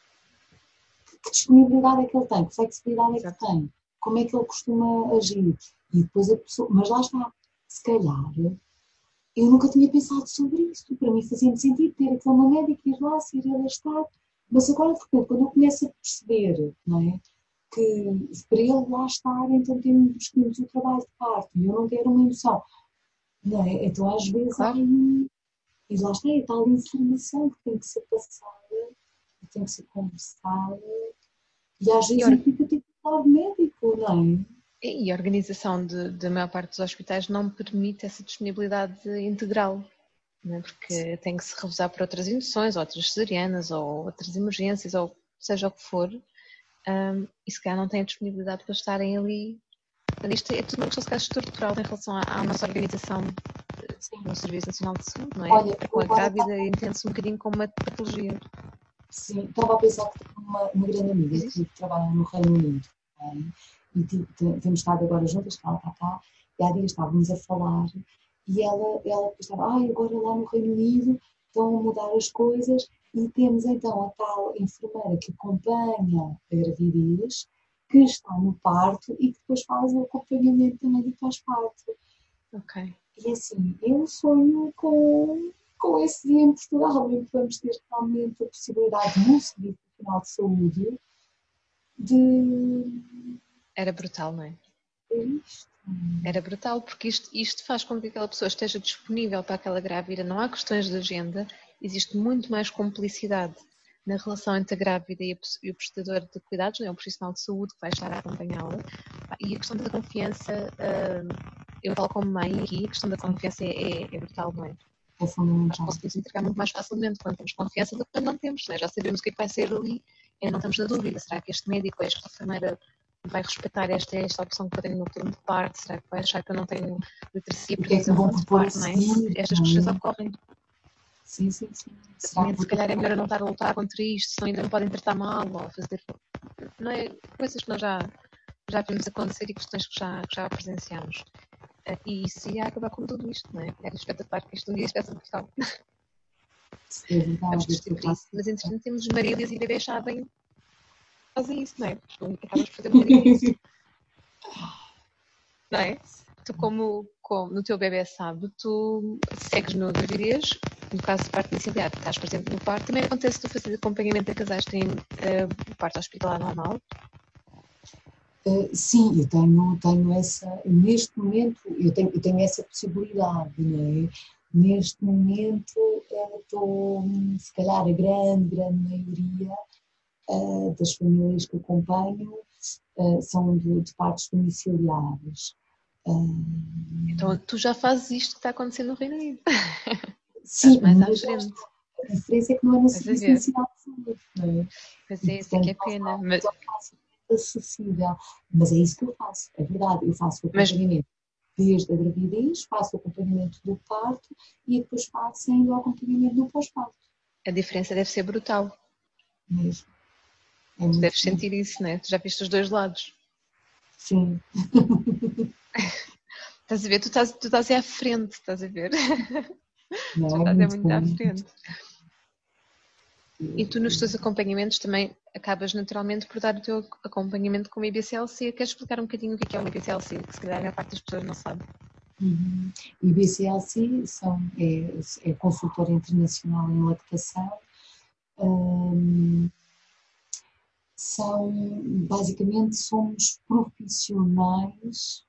Que disponibilidade é que ele tem? Que flexibilidade é que tem? Como é que ele costuma agir? E depois a pessoa... Mas lá está, se calhar, eu nunca tinha pensado sobre isso. Para mim fazia sentido ter aquele meu médico, ir lá, se ir ele a estar. Mas agora, de repente, quando eu começo a perceber, não é? Que para ele lá estar, então temos o trabalho de parto e eu não ter uma emoção. Não é? Então, às vezes, há aí... E lá está, é tal informação que tem que ser passada, que tem que ser conversada, e às vezes implica ter que falar de médico, não é? E a organização da maior parte dos hospitais não permite essa disponibilidade integral, não é? Porque tem que se revezar por outras induções, outras cesarianas, ou outras emergências, ou seja o que for, e se calhar não têm a disponibilidade para estarem ali. Isto é tudo uma questão estrutural em relação à nossa organização Sim. no Serviço Nacional de Saúde, não é? Olha, Com a grávida entende-se um bocadinho como uma patologia. Sim, estava a pensar que tenho uma grande amiga que trabalha no Reino Unido, bem, e temos estado agora juntas, que ela está cá, e há dias estávamos a falar, e ela depois estava, agora lá no Reino Unido estão a mudar as coisas, e temos então a tal enfermeira que acompanha a gravidez, que está no parto e que depois faz o acompanhamento também do pós-parto. Ok. E assim, eu sonho com esse dia em Portugal, em que vamos ter realmente a possibilidade no Serviço Nacional de Saúde de Era brutal, não é? ter isto. Era brutal, porque isto faz com que aquela pessoa esteja disponível para aquela grávida. Não há questões de agenda, existe muito mais complicidade na relação entre a grávida e o prestador de cuidados, não é? O profissional de saúde que vai estar a acompanhá-la. E a questão da confiança, eu falo como mãe aqui, a questão da confiança é brutal, não é? É fundamental. Nós conseguimos entregar muito mais facilmente quando temos confiança do que quando não temos, não é? Já sabemos o que é que vai ser ali, não estamos na dúvida. Será que este médico ou esta enfermeira vai respeitar esta opção que eu tenho no turno de parto? Será que vai achar que eu não tenho literacia O que é que vão propor a seguir? Estas questões ocorrem. Sim. Se calhar é melhor não estar a lutar contra isto, senão ainda me podem tratar mal ou fazer. Não é? Coisas que nós já vimos acontecer e questões que já presenciamos. E isso ia acabar com tudo isto, não é? Era espetacular que isto um dia estivesse em Portugal. É verdade. Vamos discutir por isso. Mas entretanto temos os maridos e bebês sabem fazem isso, não é? Tu acabas por fazer um bocadinho isso. Não é? Tu como no teu bebê sabe, tu segues no gravidez, no caso de parto inicial, estás presente no parto, também acontece tu fazer acompanhamento a casais que têm o parto hospitalar normal? Sim, eu tenho essa, neste momento, eu tenho essa possibilidade, não é? Neste momento estou, se calhar a grande maioria das famílias que acompanho são de partos domiciliares. Então tu já fazes isto que está acontecendo no Reino Unido. Sim, mais à mas frente. A diferença é que não é no Serviço Nacional de Saúde, não é? Pois é, isso é que é pena. Mas é acessível. Mas é isso que eu faço, é verdade. Eu faço o acompanhamento desde a gravidez, faço o acompanhamento do parto e depois faço ainda o acompanhamento do pós-parto. A diferença deve ser brutal. Mesmo. Tu deves sentir isso, não é? Tu já viste os dois lados. Sim. Estás a ver? Tu estás à frente, estás a ver? Não, tu estás muito à frente. E tu nos teus acompanhamentos também acabas naturalmente por dar o teu acompanhamento com o IBCLC. Queres explicar um bocadinho o que é o IBCLC? Que se calhar a maior parte das pessoas não sabe. O IBCLC é consultora internacional em lactação. Basicamente, somos profissionais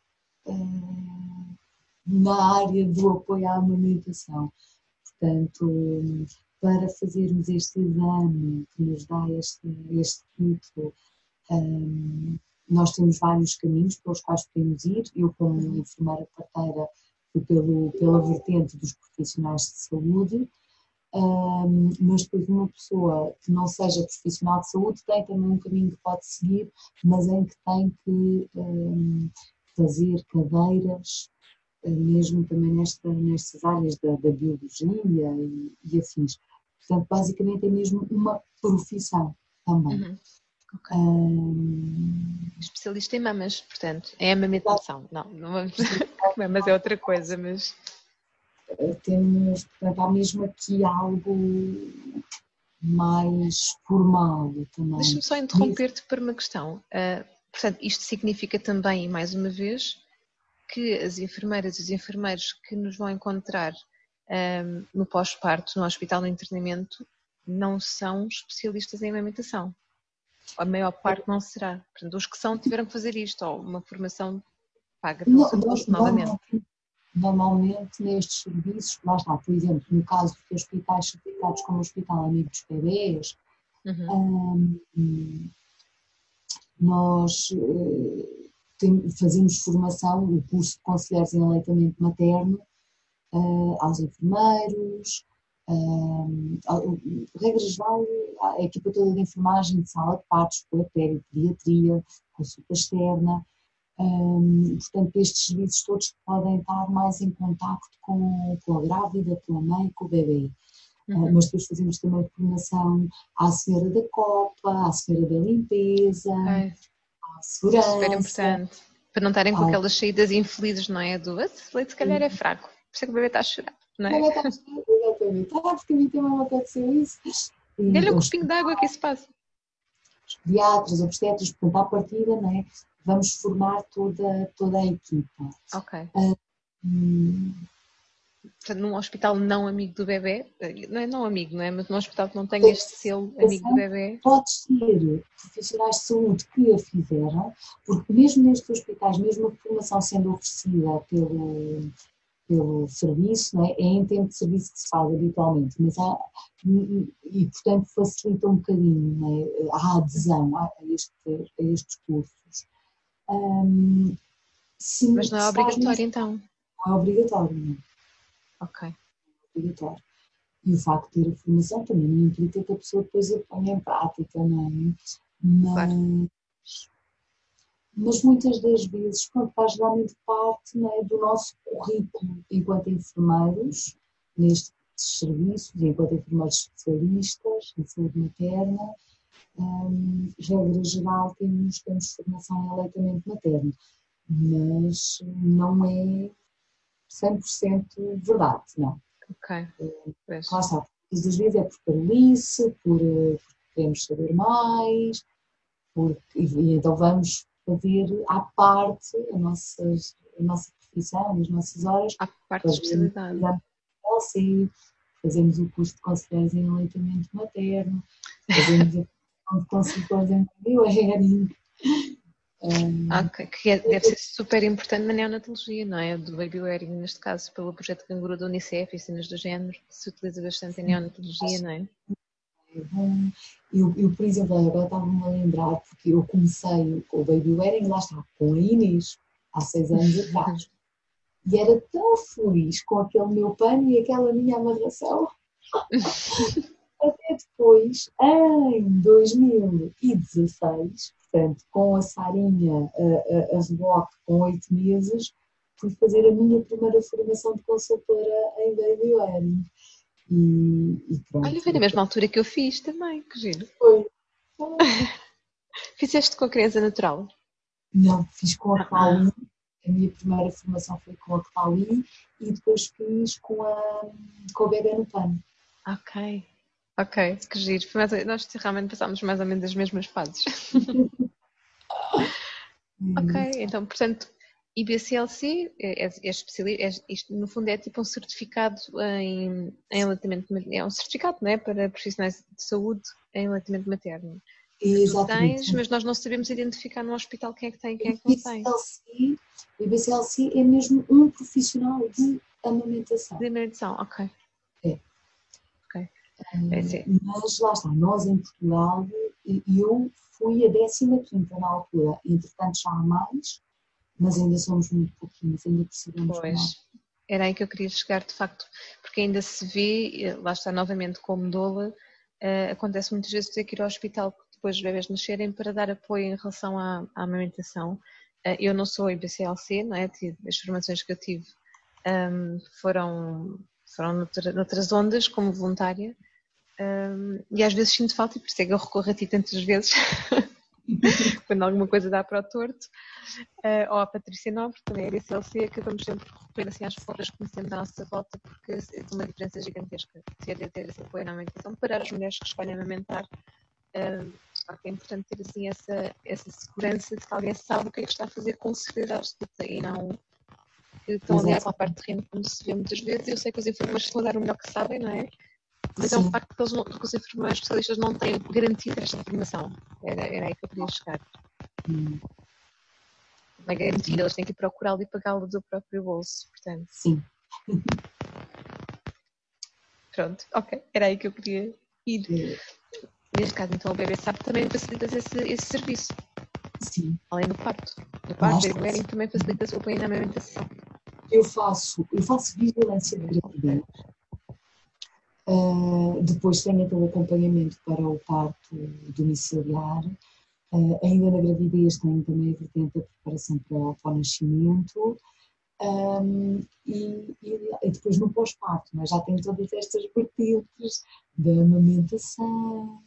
na área do apoio à amamentação. Portanto, para fazermos este exame que nos dá este título, nós temos vários caminhos pelos quais podemos ir. Eu, como enfermeira parteira, fui pela vertente dos profissionais de saúde, mas depois uma pessoa que não seja profissional de saúde tem também um caminho que pode seguir, mas em que tem que fazer cadeiras, mesmo também nestas áreas da biologia e afins. Portanto, basicamente é mesmo uma profissão também. Okay. Especialista em mamas, portanto, é amamentação. Não vamos dizer que mamas é outra coisa, mas... Temos, portanto, há mesmo aqui algo mais formal também. Deixa-me só interromper-te por uma questão. Portanto, isto significa também, mais uma vez, que as enfermeiras e os enfermeiros que nos vão encontrar no pós-parto, no hospital de internamento, não são especialistas em amamentação. A maior parte não será. Portanto, os que são tiveram que fazer isto, ou uma formação paga pelo seu custo, novamente. Normalmente nestes serviços, lá está, por exemplo, no caso de hospitais certificados como o Hospital Amigo dos Bebés, nós fazemos formação, o curso de conselheiros em aleitamento materno, aos enfermeiros, regra geral, a equipa toda de enfermagem, de sala de partos, puerpério, pediatria, consulta externa. Portanto, estes serviços todos podem estar mais em contacto com a grávida, com a mãe, com o bebê. Mas depois fazemos também formação à senhora da copa, à senhora da limpeza, à segurança. Super importante. Para não estarem com aquelas saídas infelizes, não é? Do esse leite se calhar é fraco, por isso é que o bebê está a chorar, não é? O bebê está a chorar, exatamente. Porque a mim também aconteceu isso. Dê-lhe um copinho de água que isso passa. Os pediatras, obstetras, portanto, à partida, não é? Vamos formar toda a equipa. Ok. Portanto, num hospital não amigo do bebê, não é não amigo, não é? Mas num hospital que não tem este selo amigo do bebê. Pode ser profissionais de saúde que a fizeram, porque mesmo nestes hospitais, mesmo a formação sendo oferecida pelo serviço, não é? É em tempo de serviço que se faz habitualmente, mas e portanto facilita um bocadinho, não é? A adesão a estes cursos. Mas não é obrigatório então? Não é obrigatório, não. Ok. Obrigatório. E o facto de ter a formação também não implica que a pessoa depois a ponha em prática, não é? Claro. Mas muitas das vezes, faz realmente parte, não é, do nosso currículo enquanto enfermeiros, nestes serviços, enquanto enfermeiros especialistas em saúde materna. Regra geral, temos formação em aleitamento materno, mas não é 100% verdade, não. Ok. Lá está, às vezes é por carolice, porque queremos saber mais, e então vamos fazer à parte a nossa profissão, as nossas horas. À parte da especialidade. Fazemos o curso de conselheiros em aleitamento materno, fazemos a formação de consultores em baby-wearing. Ok, que deve ser super importante na neonatologia, não é? Do baby-wearing, neste caso, pelo projeto Canguru da Unicef e cenas do género, que se utiliza bastante em neonatologia, não é? Eu, por exemplo, agora estava-me a lembrar, porque eu comecei com o baby-wearing, lá está, com a Inês, há 6 anos atrás. E era tão feliz com aquele meu pano e aquela minha amarração. Até depois, em 2016, portanto, com a Sarinha a reboque com 8 meses, fui fazer a minha primeira formação de consultora em baby-wearing. E pronto. Olha, foi na mesma altura que eu fiz também, que giro. Foi. Fizeste com a criança natural? Não, fiz com a Claudia. A minha primeira formação foi com a Claudia e depois fiz com o bebê no pano. Ok, que giro. Nós realmente passámos mais ou menos as mesmas fases. Ok, então, portanto, IBCLC isto no fundo é tipo um certificado em aleitamento materno, é um certificado, não é? Para profissionais de saúde em aleitamento materno. Exatamente. Tu tens, mas nós não sabemos identificar no hospital quem é que tem e quem é que não tem. O IBCLC é mesmo um profissional de amamentação. De amamentação, ok. É. Ok. Mas lá está, nós em Portugal, eu fui a 15ª na altura, entretanto já há mais, mas ainda somos muito pouquinhos, ainda precisamos Pois, mais. era aí que eu queria chegar de facto, porque ainda se vê, lá está novamente como doula, acontece muitas vezes ter que ir ao hospital depois dos bebés nascerem para dar apoio em relação à amamentação. Eu não sou IBCLC, não é? As formações que eu tive foram noutras ondas como voluntária e às vezes sinto falta e por isso é que eu recorro a ti tantas vezes quando alguma coisa dá para o torto, ou à Patrícia Nobre, também é IBCLC, acabamos sempre por recorrer assim, às pessoas que conhecemos à nossa volta porque é uma diferença gigantesca ter esse apoio na amamentação para as mulheres que escolhem amamentar. É importante ter assim essa segurança de que alguém sabe o que é que está a fazer com seriedade absoluta e não que estão ali à parte de terreno como se vê muitas vezes. Eu sei que os enfermeiros estão a dar o melhor que sabem, não é? Mas é um facto que os enfermeiros especialistas não têm garantido esta informação. Era aí que eu queria chegar. Não é garantido, eles têm que ir procurá-lo e pagá-lo do próprio bolso, portanto. Sim. Pronto, ok, era aí que eu queria ir. Neste caso, então, o BBSAP também facilita esse serviço. Sim. Além do parto. No parto, o wearing também facilita o apoio na amamentação. Eu faço vigilância de gravidez. Depois tenho aquele acompanhamento para o parto domiciliar. Ainda na gravidez tem também a vertente da preparação para o nascimento. E depois no pós-parto, mas já tem todas estas vertentes da amamentação,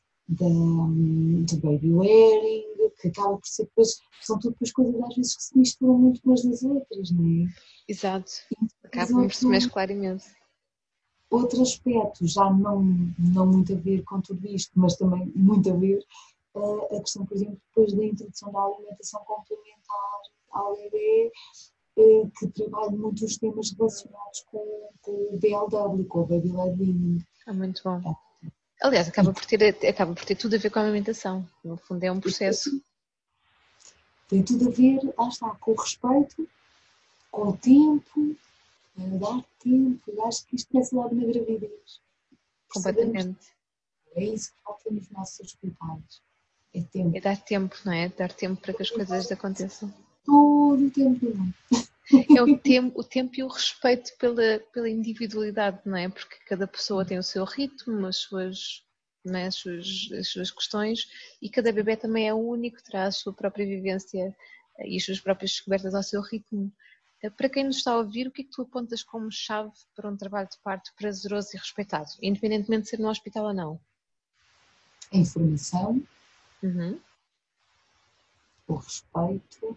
do baby wearing, que acaba por ser depois, são tudo depois coisas às vezes que se misturam muito umas das outras, não é? Exato. Mas Acaba por se mesclar imenso. outro aspecto, já não muito a ver com tudo isto, mas também muito a ver, a questão, por exemplo, depois da introdução da alimentação complementar ao bebê, que trabalha muito os temas relacionados com o BLW, com o Baby Led Weaning. É muito bom. Aliás, acaba por ter tudo a ver com a alimentação. No fundo é um processo. Tem tudo a ver, lá está, com o respeito, com o tempo, dar tempo. Eu acho que isto começa logo na gravidez. Completamente. É isso que falta nos nossos hospitais. É tempo. É dar tempo, não é? Dar tempo para que as coisas aconteçam. Todo o tempo. É o tempo e o respeito pela individualidade, não é? Porque cada pessoa tem o seu ritmo, as suas questões, e cada bebê também é único, terá a sua própria vivência e as suas próprias descobertas ao seu ritmo. Para quem nos está a ouvir, o que é que tu apontas como chave para um trabalho de parto prazeroso e respeitado, independentemente de ser no hospital ou não? A informação, Uhum. o respeito,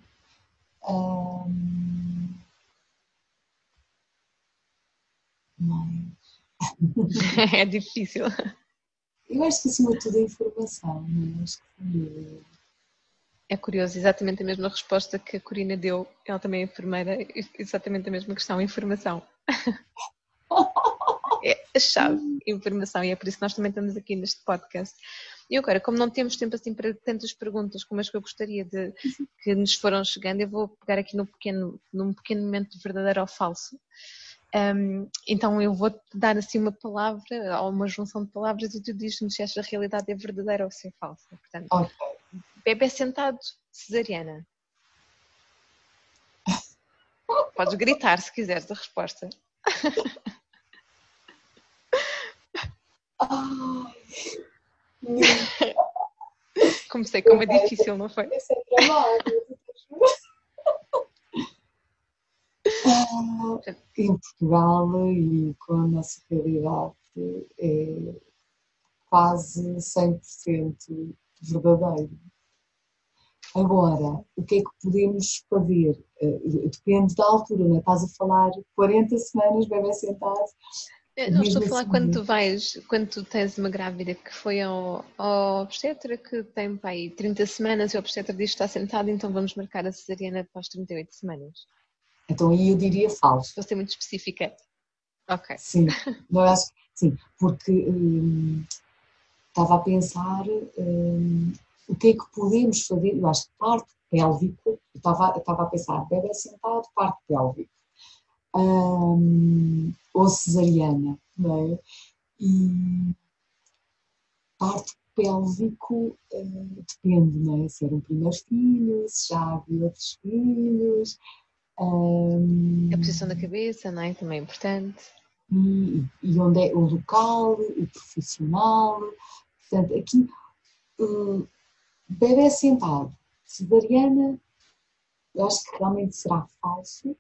mas... É difícil. Eu acho que acima de tudo a informação, não é? Acho que É curioso, exatamente a mesma resposta que a Corina deu, ela também é enfermeira, exatamente a mesma questão, informação. É a chave, informação, e é por isso que nós também estamos aqui neste podcast. E agora, como não temos tempo assim para tantas perguntas como as que eu gostaria que nos foram chegando, eu vou pegar aqui num pequeno momento de verdadeiro ou falso. Então eu vou-te dar assim uma palavra, ou uma junção de palavras, e tu dizes-me se esta realidade é verdadeira ou se é falsa. Portanto, bebê sentado, cesariana. Podes gritar se quiseres a resposta. Comecei com uma difícil, não foi? Esse é trabalho. Em Portugal e com a nossa realidade é quase 100% verdadeiro. Agora, o que é que podemos fazer? Depende da altura, não é? Estás a falar 40 semanas, bebê sentado. Não estou a falar quando tu tens uma grávida que foi ao obstetra, que tem pai 30 semanas e o obstetra diz que está sentado, então vamos marcar a cesariana para as 38 semanas. Então aí eu diria falso. Vou ser muito específica. Ok. Sim, não, acho que sim, porque estava a pensar o que é que podemos fazer. Eu acho que parte pélvico, estava a pensar, bebê sentado, parte pélvico. Ou cesariana, não é? E parte pélvico depende, não é? Se era um primeiro filho, se já havia outros filhos. A posição da cabeça, não é? Também é importante. E onde é o local, o profissional. Portanto, aqui, bebê sentado, cesariana, eu acho que realmente será falso.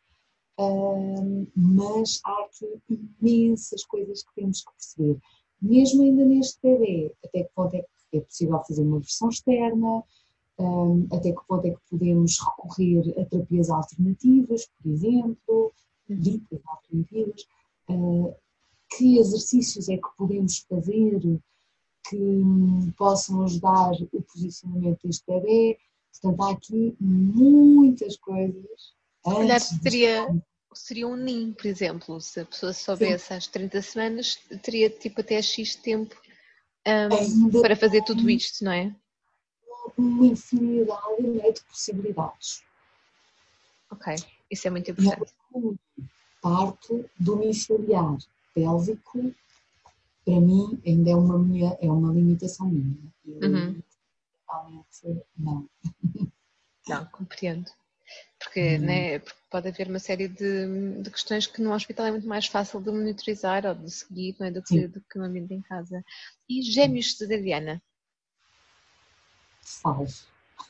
Mas há aqui imensas coisas que temos que perceber. Mesmo ainda neste bebê, até que ponto é que é possível fazer uma versão externa, até que ponto é que podemos recorrer a terapias alternativas, por exemplo, ditas alternativas, que exercícios é que podemos fazer que possam ajudar o posicionamento deste bebê. Portanto, há aqui muitas coisas. Se calhar seria um ninho, por exemplo, se a pessoa soubesse às 30 semanas, teria tipo até X tempo para fazer tudo isto, não é? Uma infinidade, né, de possibilidades. Ok, isso é muito importante. Parto domiciliar pélvico, para mim, ainda é uma limitação minha. Realmente não. Não, compreendo. Porque, né, porque pode haver uma série de questões que no hospital é muito mais fácil de monitorizar ou de seguir, não é, do que no ambiente em casa. E gêmeos cesariana? Falso.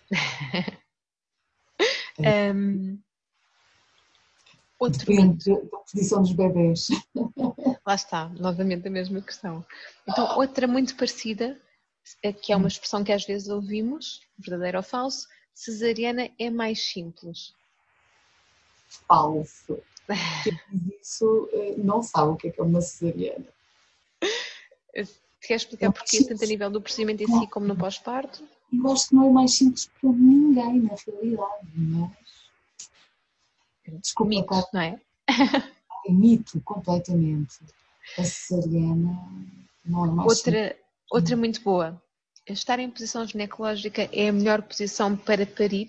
Outro Depende mito. da posição dos bebés. Lá está, novamente a mesma questão. Então, outra muito parecida, que é uma expressão que às vezes ouvimos, verdadeiro ou falso, cesariana é mais simples. Falso. Quem diz isso não sabe o que é uma cesariana. Queres explicar porquê, tanto a nível do procedimento em si como no pós-parto? Eu acho que não é mais simples para ninguém, na realidade, mas... Desculpa, Mito, cara, não é? é mito, completamente. A cesariana não é mais simples. Outra muito boa. Estar em posição ginecológica é a melhor posição para parir?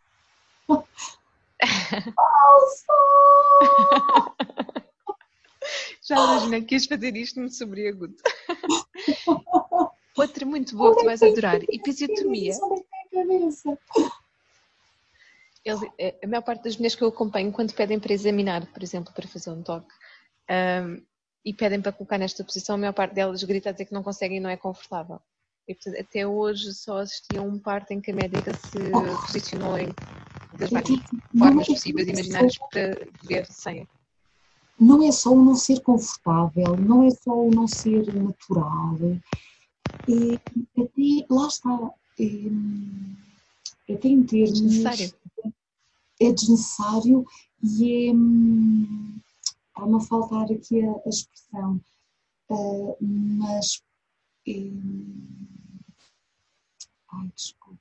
Falso! Já imaginei que ias fazer isto no sobreagudo. Outra muito boa que tu vais adorar. Episiotomia. A maior parte das mulheres que eu acompanho, quando pedem para examinar, por exemplo, para fazer um toque, e pedem para colocar nesta posição, a maior parte delas grita a dizer que não conseguem e não é confortável. E, portanto, até hoje só assisti a um parto em que a médica se posicionou das várias formas possíveis e imaginárias para ver sem. Não é só o não ser confortável, não é só o não ser natural. Até, lá está, até em termos... Desnecessário. É desnecessário e está-me a faltar aqui a expressão, mas... ai, desculpa.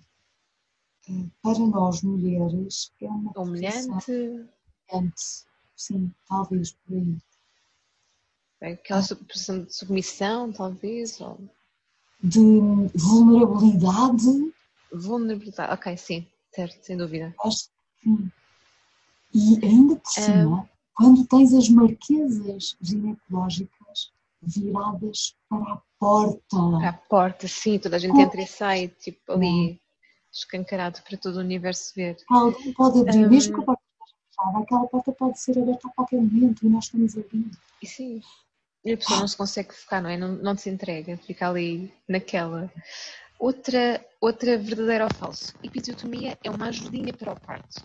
Para nós, mulheres, é uma humilhante. Sim, talvez por aí. Aquela posição de submissão, talvez, ou... De vulnerabilidade. Vulnerabilidade, ok, sim, certo, sem dúvida. Acho que sim. E ainda por cima, quando tens as marquesas ginecológicas viradas para a porta. Para a porta, sim, toda a gente entra e sai, tipo, ali, escancarado para todo o universo ver. Alguém pode abrir, mesmo que a porta esteja fechada, aquela porta pode ser aberta a qualquer momento e nós estamos ali. E sim, e a pessoa não se consegue focar, não é? Não se entrega, fica ali naquela. Outra verdadeira ou falso. Episiotomia é uma ajudinha para o parto.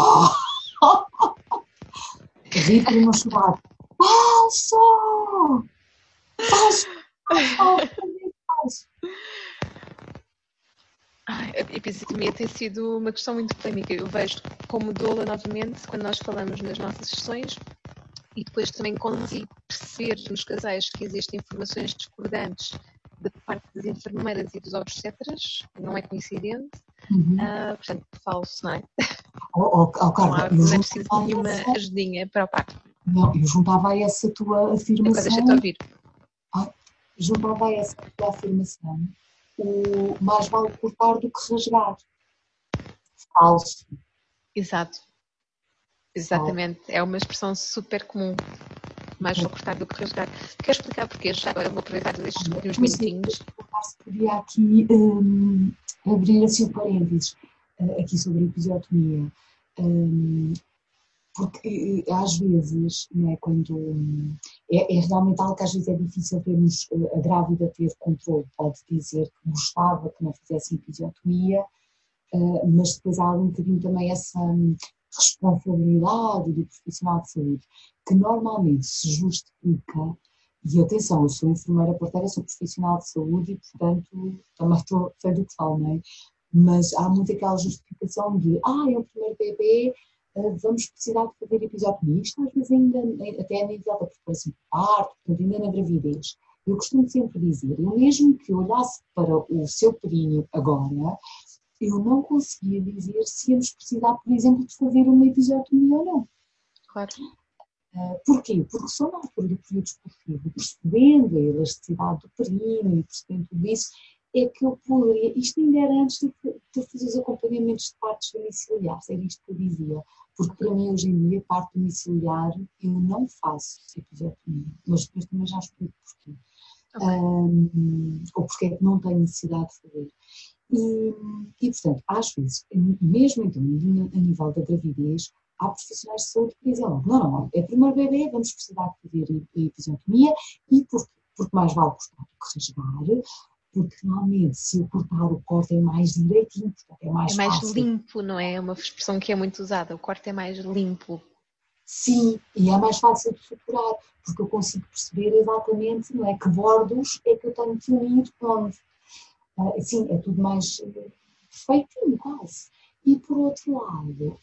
Rir para não chorar. Falso! Falso! Falso! A episiotomia tem sido uma questão muito polémica. Eu vejo como doula novamente quando nós falamos nas nossas sessões e depois também consigo perceber nos casais que existem informações discordantes da parte das enfermeiras e dos obstetras, não é coincidente, portanto, falso, não é? Não há preciso nenhuma ajudinha para o parto. Não, eu juntava a essa tua afirmação. Deixa-te ouvir. Juntava a essa tua afirmação. O mais vale cortar do que rasgar. Falso. Exato. Exatamente. É uma expressão super comum. Mais vale cortar do que rasgar. Quero explicar porquê. Já agora vou aproveitar estes últimos minutinhos. Podia aqui abrir assim um parênteses aqui sobre a episiotomia. Porque às vezes, não é, quando é realmente algo que às vezes é difícil termos a grávida ter controle, pode dizer que gostava que não fizesse episiotomia, mas depois há um bocadinho também essa responsabilidade do profissional de saúde, que normalmente se justifica, e atenção, eu sou enfermeira parteira, sou profissional de saúde e portanto também sei do que falo, não é? Mas há muito aquela justificação de, é o primeiro bebê, vamos precisar de fazer episiotomia. Isto às vezes ainda, até a nível da preparação de parto, portanto ainda na gravidez. Eu costumo sempre dizer, eu mesmo que olhasse para o seu períneo agora, eu não conseguia dizer se íamos precisar, por exemplo, de fazer uma episiotomia ou não. Claro. Porquê? Porque só na altura do período expulsivo, percebendo a elasticidade do períneo e percebendo tudo isso, é que eu poderia, isto ainda era antes de fazer os acompanhamentos de partos domiciliares, era isto que eu dizia, porque para mim hoje em dia, parto domiciliar, eu não faço episiotomia, mas depois também já explico porquê. Ou porque é que não tenho necessidade de fazer. E portanto, às vezes, mesmo então, a nível da gravidez, há profissionais de saúde que dizem logo, não, é primeiro bebê, vamos precisar de fazer episiotomia, e porque mais vale cortar do que rasgar, porque realmente se eu cortar o corte é mais direitinho, portanto é É mais mais fácil. limpo, não é? É uma expressão que é muito usada. O corte é mais limpo. Sim, e é mais fácil de suturar, porque eu consigo perceber exatamente, não é, que bordos é que eu tenho que unir onde. Sim, é tudo mais perfeitinho, quase. E por outro lado,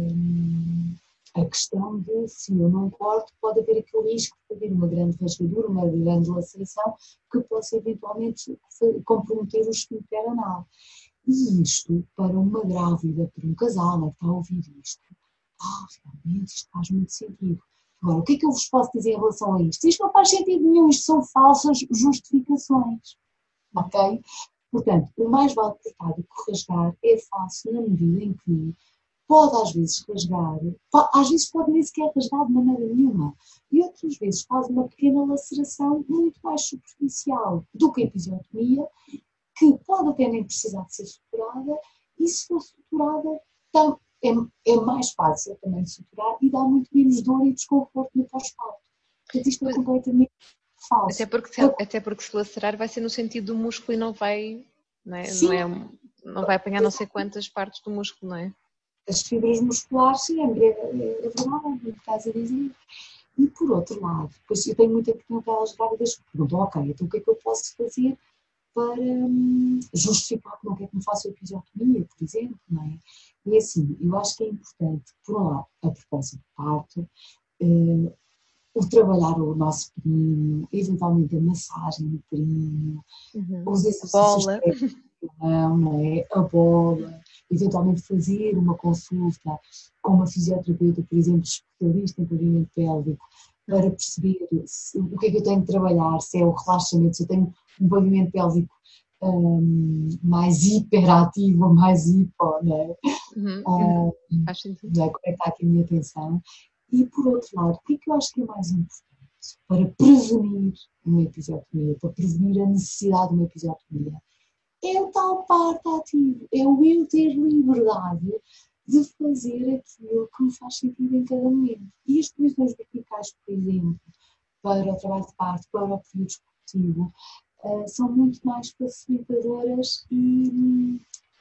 a questão de se eu não corto, pode haver aquele risco de haver uma grande rasgadura, uma grande laceração, que possa eventualmente comprometer o esfíncter anal. E isto, para uma grávida, para um casal, não é, que está a ouvir isto, realmente isto faz muito sentido. Agora, o que é que eu vos posso dizer em relação a isto? Isto não faz sentido nenhum, isto são falsas justificações, ok? Portanto, o mais vale cortar do que rasgar é fácil na medida em que pode às vezes rasgar, às vezes pode nem sequer rasgar de maneira nenhuma, e outras vezes faz uma pequena laceração muito mais superficial do que a episiotomia, que pode até nem precisar de ser suturada, e se for suturada, é mais fácil também de suturar e dá muito menos dor e desconforto no pós-parto. Portanto, isto é completamente falso. Até porque se lacerar vai ser no sentido do músculo e não vai, não é? Sim, Não vai apanhar não sei quantas partes do músculo, não é? as fibras musculares, sim, é verdade, o que estás a dizer. E por outro lado, depois eu tenho muita questão aquelas grávidas que perguntam, ok, então o que é que eu posso fazer para justificar que não quer que me faça episiotomia, por exemplo, não é? E assim, eu acho que é importante, por um lado, a propósito de parto, o trabalhar o nosso períneo, eventualmente a massagem do períneo, os exercícios não é? A bola, eventualmente fazer uma consulta com uma fisioterapeuta, por exemplo, especialista em pavimento pélvico, para perceber o que é que eu tenho de trabalhar, se é o relaxamento, se eu tenho um pavimento pélvico mais hiperativo ou mais hipo, não é? Faz sentido. Não é? Como é que está aqui a minha atenção? E por outro lado, o que é que eu acho que é mais importante para prevenir uma episiotomia, para prevenir a necessidade de uma episiotomia? É o tal parto ativo, é o eu ter liberdade de fazer aquilo que me faz sentido em cada momento. E as posições verticais, por exemplo, para o trabalho de parto, para o período esportivo, são muito mais facilitadoras e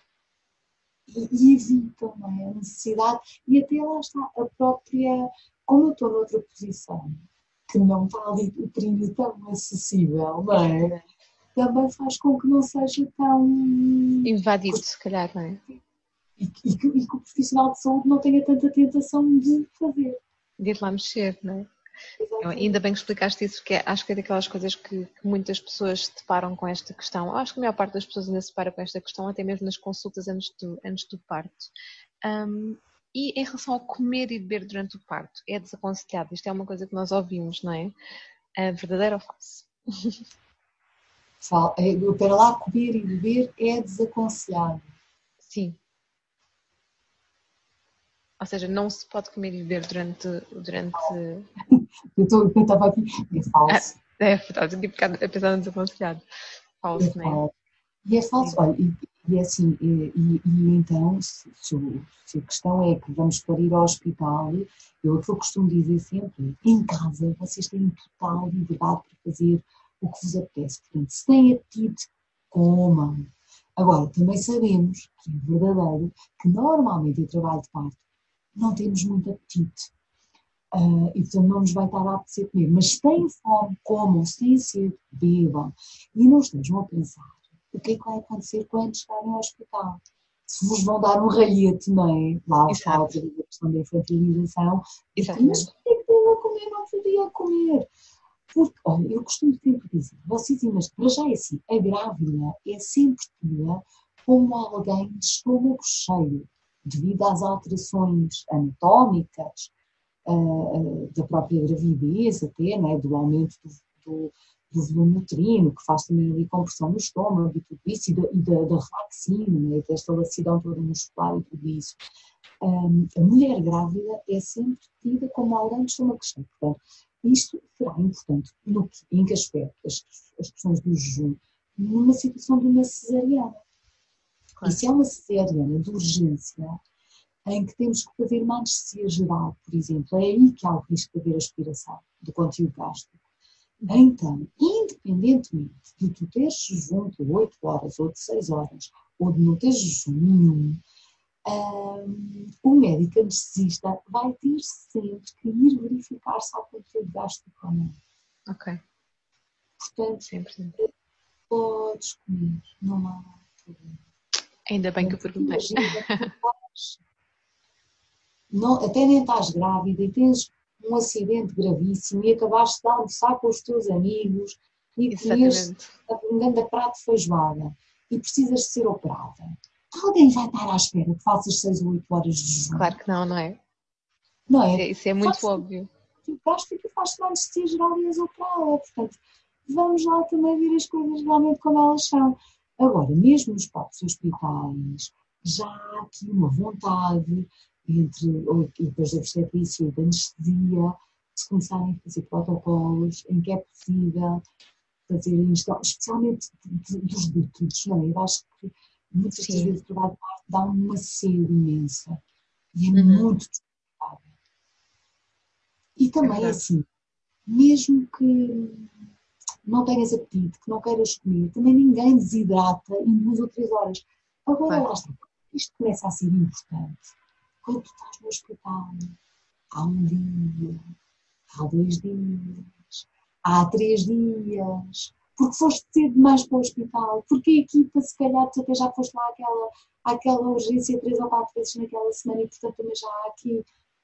evitam, não é? A necessidade, e até lá está a própria, como eu estou noutra posição, que não está ali o períneo tão acessível, não é? Também faz com que não seja tão invadido, se calhar, não é? E que o profissional de saúde não tenha tanta tentação de fazer. De ir lá mexer, não é? Exatamente. Ainda bem que explicaste isso, porque acho que é daquelas coisas que muitas pessoas se deparam com esta questão. Acho que a maior parte das pessoas ainda se depara com esta questão, até mesmo nas consultas antes do parto. E em relação ao comer e beber durante o parto, é desaconselhado. Isto é uma coisa que nós ouvimos, não é? Verdadeiro ou falso? Para lá, comer e beber é desaconselhado. Sim. Ou seja, não se pode comer e beber durante... Eu estava aqui, é falso. Estava a pensar no desaconselhado. Falso, não é? E é falso, olha, e é assim, e então, se a questão é que vamos para ir ao hospital, aquilo que eu costumo dizer sempre, em casa vocês têm total liberdade para fazer o que vos apetece. Portanto, se têm apetite, comam. Agora, também sabemos, que é verdadeiro, que normalmente em trabalho de parto não temos muito apetite. E portanto não nos vai estar a apetecer comer. Mas se têm fome, comam, se têm sede, bebam. E não estejam a pensar o que é que vai acontecer quando chegarem ao hospital. Se vos vão dar um ralhete, não é? Lá está outra vez a questão da infantilização. Mas por que eu a comer? Não podia comer. Porque, olha, eu costumo sempre dizer, vocês imaginam, para já é assim, a grávida é sempre tida como alguém de estômago cheio, devido às alterações anatómicas, da própria gravidez até, não é? Do aumento do volume uterino, que faz também ali compressão no estômago e tudo isso, e da relaxina, não é? Desta lacidão toda muscular e tudo isso. A mulher grávida é sempre tida como alguém de estômago cheio. Portanto, isto será importante em que aspecto? As questões do jejum, numa situação de uma cesariana. Claro. E se é uma cesariana de urgência, em que temos que fazer uma anestesia geral, por exemplo, é aí que há o risco de haver aspiração do conteúdo gástrico. Então, independentemente de tu teres jejum de 8 horas ou de 6 horas, ou de não teres jejum nenhum, o médico anestesista vai ter sempre que ir verificar se há conteúdo gástrico ou não. Ok. Portanto, Sempre. podes comer, não há problema. Ainda bem que eu perguntei. Imagina, até nem estás grávida e tens um acidente gravíssimo e acabaste de almoçar com os teus amigos e comeste Exatamente. um grande prato de feijoada e precisas de ser operada. Alguém vai estar à espera que faças 6 ou 8 horas de jejum? Claro que não, não é? Não é? Isso é muito óbvio. Tu gástrico e faz-te uma anestesia geral e és operada. Portanto, vamos lá também ver as coisas realmente como elas são. Agora, mesmo nos próprios hospitais, já há aqui uma vontade entre equipas de obstetrícia e de anestesia de se começarem a fazer protocolos em que é possível fazer a ingestão, especialmente dos líquidos, não é? Eu acho que muitas das vezes o trabalho de parto dá uma sede imensa e é muito desconfortável. E também, assim, mesmo que não tenhas apetite, que não queiras comer, também ninguém desidrata em 2 ou 3 horas. Agora, lá está, isto começa a ser importante. Quando tu estás no hospital, há um dia, há 2 dias, há 3 dias, porque foste cedo demais para o hospital, porque a equipa, se calhar, tu até já foste lá àquela urgência 3 ou 4 vezes naquela semana e, portanto, também já há aqui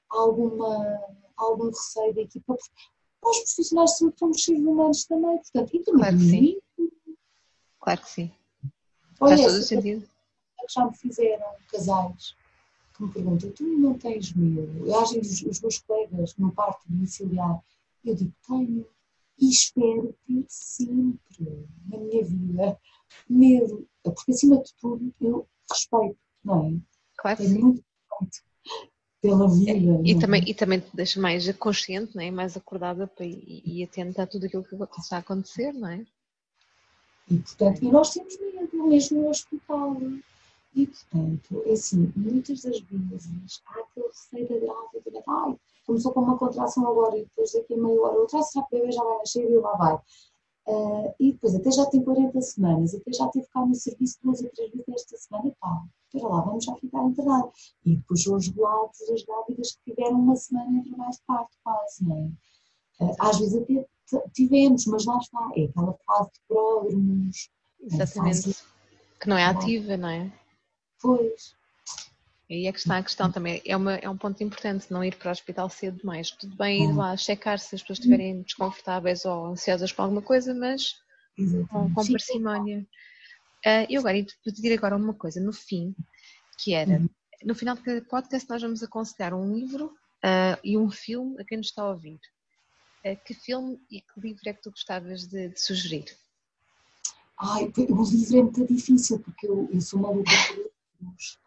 algum receio da equipa. Nós profissionais de saúde somos seres humanos também, portanto, e também Claro que sim. mim. Claro que sim. Olha, Faz todo o sentido. Que já me fizeram casais que me perguntam, tu não tens medo? Às vezes os meus colegas no parto domiciliar, eu digo, tenho e espero ter sempre na minha vida medo, porque acima de tudo eu respeito, não é? Claro que Tenho sim. muito respeito pela vida. E também te deixa mais consciente, não é? Mais acordada e atenta a tudo aquilo que está a acontecer, não é? E, portanto, e nós temos medo, mesmo no hospital. E, portanto, é assim, muitas das vezes há aquele receio da grávida, ai, começou com uma contração agora e depois daqui a meia hora, outra, será que o bebê já vai nascer e lá vai. E depois até já tem 40 semanas, até já teve cá no serviço 2 ou 3 vezes esta semana, pá, espera lá, vamos já ficar internados. E depois são os relatos das grávidas que tiveram uma semana em trabalho de parto, quase, não é? Às vezes até tivemos, mas lá está, é aquela fase de pródromos. Exatamente. Que não é ativa, não é? Pois. Aí é que está a questão também. É um ponto importante não ir para o hospital cedo demais. Tudo bem ir lá checar se as pessoas estiverem desconfortáveis ou ansiosas com alguma coisa, mas com parcimónia. Eu agora ia-te pedir agora uma coisa no fim, que era, no final de cada podcast nós vamos aconselhar um livro e um filme a quem nos está a ouvir. Que filme e que livro é que tu gostavas de sugerir? Ai, o livro é muito difícil, porque eu sou maluca por livros.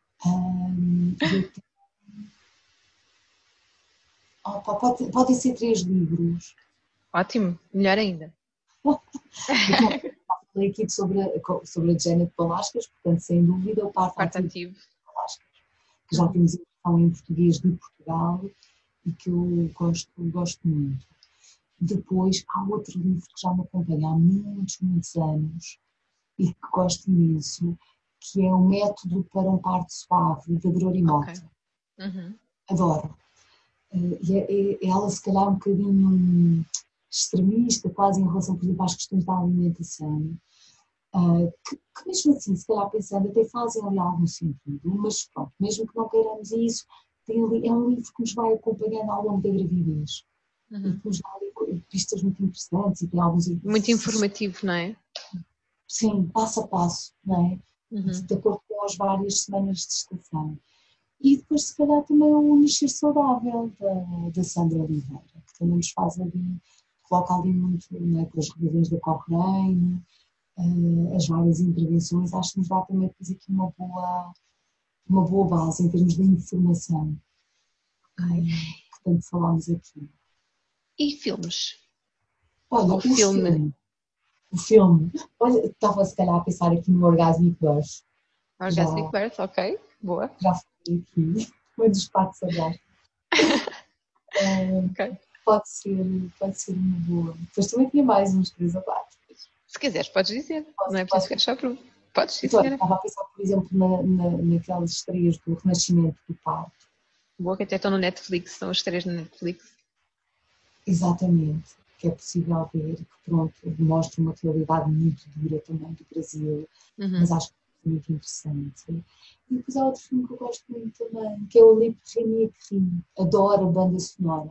Podem ser 3 livros. Ótimo, melhor ainda. Falei aqui sobre a Janet Palascas, portanto, sem dúvida, o Parto Ativo de Palascas, que já temos a versão em português de Portugal e que eu gosto muito. Depois, há outro livro que já me acompanha há muitos, muitos anos e que gosto imenso, que é o Método para um Parto Suave, da Drori Mota. Adoro. Ela, se calhar, um bocadinho extremista, quase em relação, por exemplo, às questões da alimentação, que mesmo assim, se calhar pensando, até fazem ali algum sentido, mas pronto, mesmo que não queiramos isso, é um livro que nos vai acompanhando ao longo da gravidez. E que nos dá ali pistas muito interessantes e tem alguns... Muito informativo, não é? Sim, passo a passo, não é? De acordo com as várias semanas de gestação. E depois, se calhar, também o Nascer Saudável, da Sandra Oliveira, que também nos faz ali, coloca ali muito, não é, com as revisões da Cochrane, as várias intervenções, acho que nos dá também depois aqui uma boa base em termos de informação, que tanto falámos aqui. E filmes? Olha, o filme, olha, estava se calhar a pensar aqui no Orgasmic Birth. Orgasmic Birth, ok, boa. Já falei aqui, foi dos patos atrás. Okay. pode ser uma boa. Depois também tinha mais uns 3 ou 4. Se quiseres, podes dizer. Não é preciso ficar só por um. Podes, sim, Então, senhora. estava a pensar, por exemplo, naquelas estreias do Renascimento do Parto. Boa, que até estão no Netflix, são as 3 no Netflix. Exatamente, que é possível ver, que pronto, mostra uma realidade muito dura também do Brasil, mas acho que é muito interessante. E depois há outro filme que eu gosto muito também, que é o Lip Remy que Ri. Adoro a banda sonora.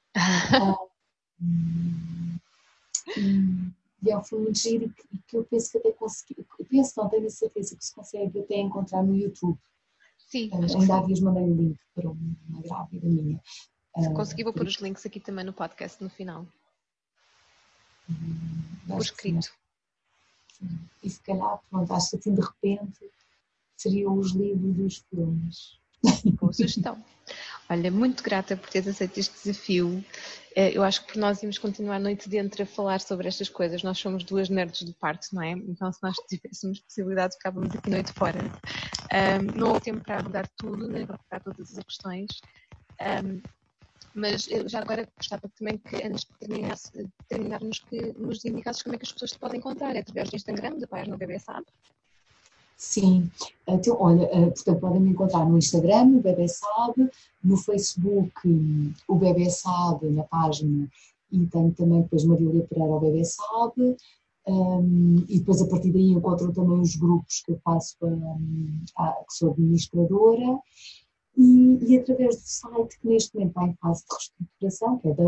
E é um filme muito giro e que eu penso que até consegui, eu penso, não tenho a certeza que se consegue até encontrar no YouTube. Sim, acho que Ainda há sim. dias mandei o link para uma grávida minha. Se conseguir, vou pôr os links aqui também no podcast no final. Por escrito. E se calhar, pronto, acho que assim de repente seriam os livros dos filmes. Boa sugestão. Olha, muito grata por teres aceito este desafio. Eu acho que por nós íamos continuar a noite dentro a falar sobre estas coisas. Nós somos 2 nerds do parto, não é? Então, se nós tivéssemos possibilidade, ficávamos aqui noite fora. Não houve tempo para abordar tudo, nem para abordar todas as questões. Mas eu já agora gostava também que, antes de terminarmos, que nos indicasses como é que as pessoas te podem encontrar. É através do Instagram, da página Bebê Sabe. Sim, então, olha, portanto, podem me encontrar no Instagram, o Bebê Sabe, no Facebook, o Bebê Sabe, na página, e tenho também depois Marília Pereira, o Bebê Sabe, e depois a partir daí encontram também os grupos que eu faço, que sou administradora, e através do site que neste momento está em fase de reestruturação, que é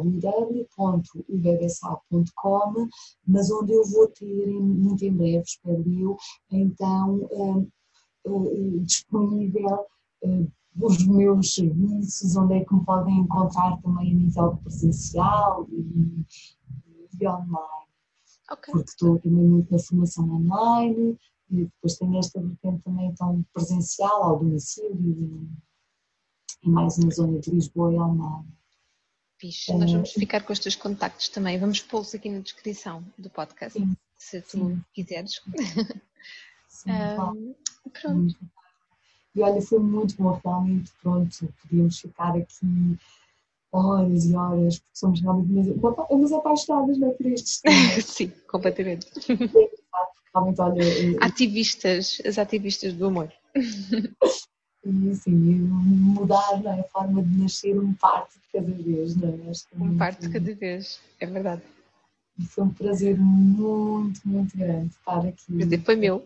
www.ubebsab.com, mas onde eu vou ter, muito em breve, espero eu, então disponível os meus serviços, onde é que me podem encontrar também a nível presencial e online. Okay. Porque estou também muito na formação online, e depois tenho esta vertente também tão presencial, ao domicílio, e mais na zona de Lisboa e Almada. Fixe. Nós vamos ficar com os teus contactos também. Vamos pô-los aqui na descrição do podcast, Sim, se tu quiseres. Sim, claro. Pronto. E olha, foi muito bom, realmente, pronto, podíamos ficar aqui horas e horas, porque somos realmente umas apaixonadas, não é, por estes temas. Sim, completamente. Realmente, olha... As ativistas do amor. E assim, mudar, não é, a forma de nascer um parto de cada vez, não é? Parto de cada vez, é verdade. E foi um prazer muito, muito grande estar aqui. O prazer foi meu.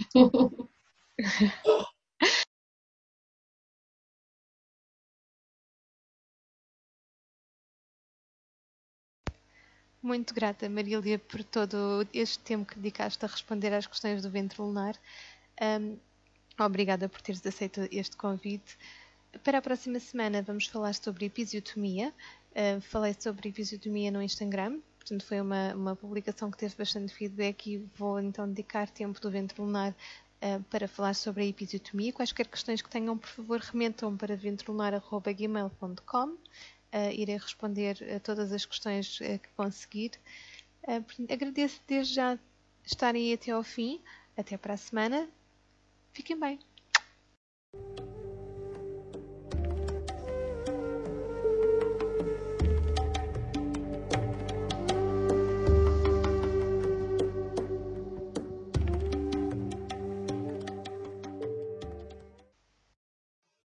Muito grata, Marília, por todo este tempo que dedicaste a responder às questões do ventre lunar. Obrigada por teres aceito este convite. Para a próxima semana vamos falar sobre episiotomia. Falei sobre episiotomia no Instagram, portanto foi uma publicação que teve bastante feedback e vou então dedicar tempo do ventre lunar para falar sobre a episiotomia. Quaisquer questões que tenham, por favor, remetam para ventrelunar@gmail.com. Irei responder a todas as questões que conseguir. Portanto, agradeço desde já estarem aí até ao fim. Até para a semana. Fiquem bem.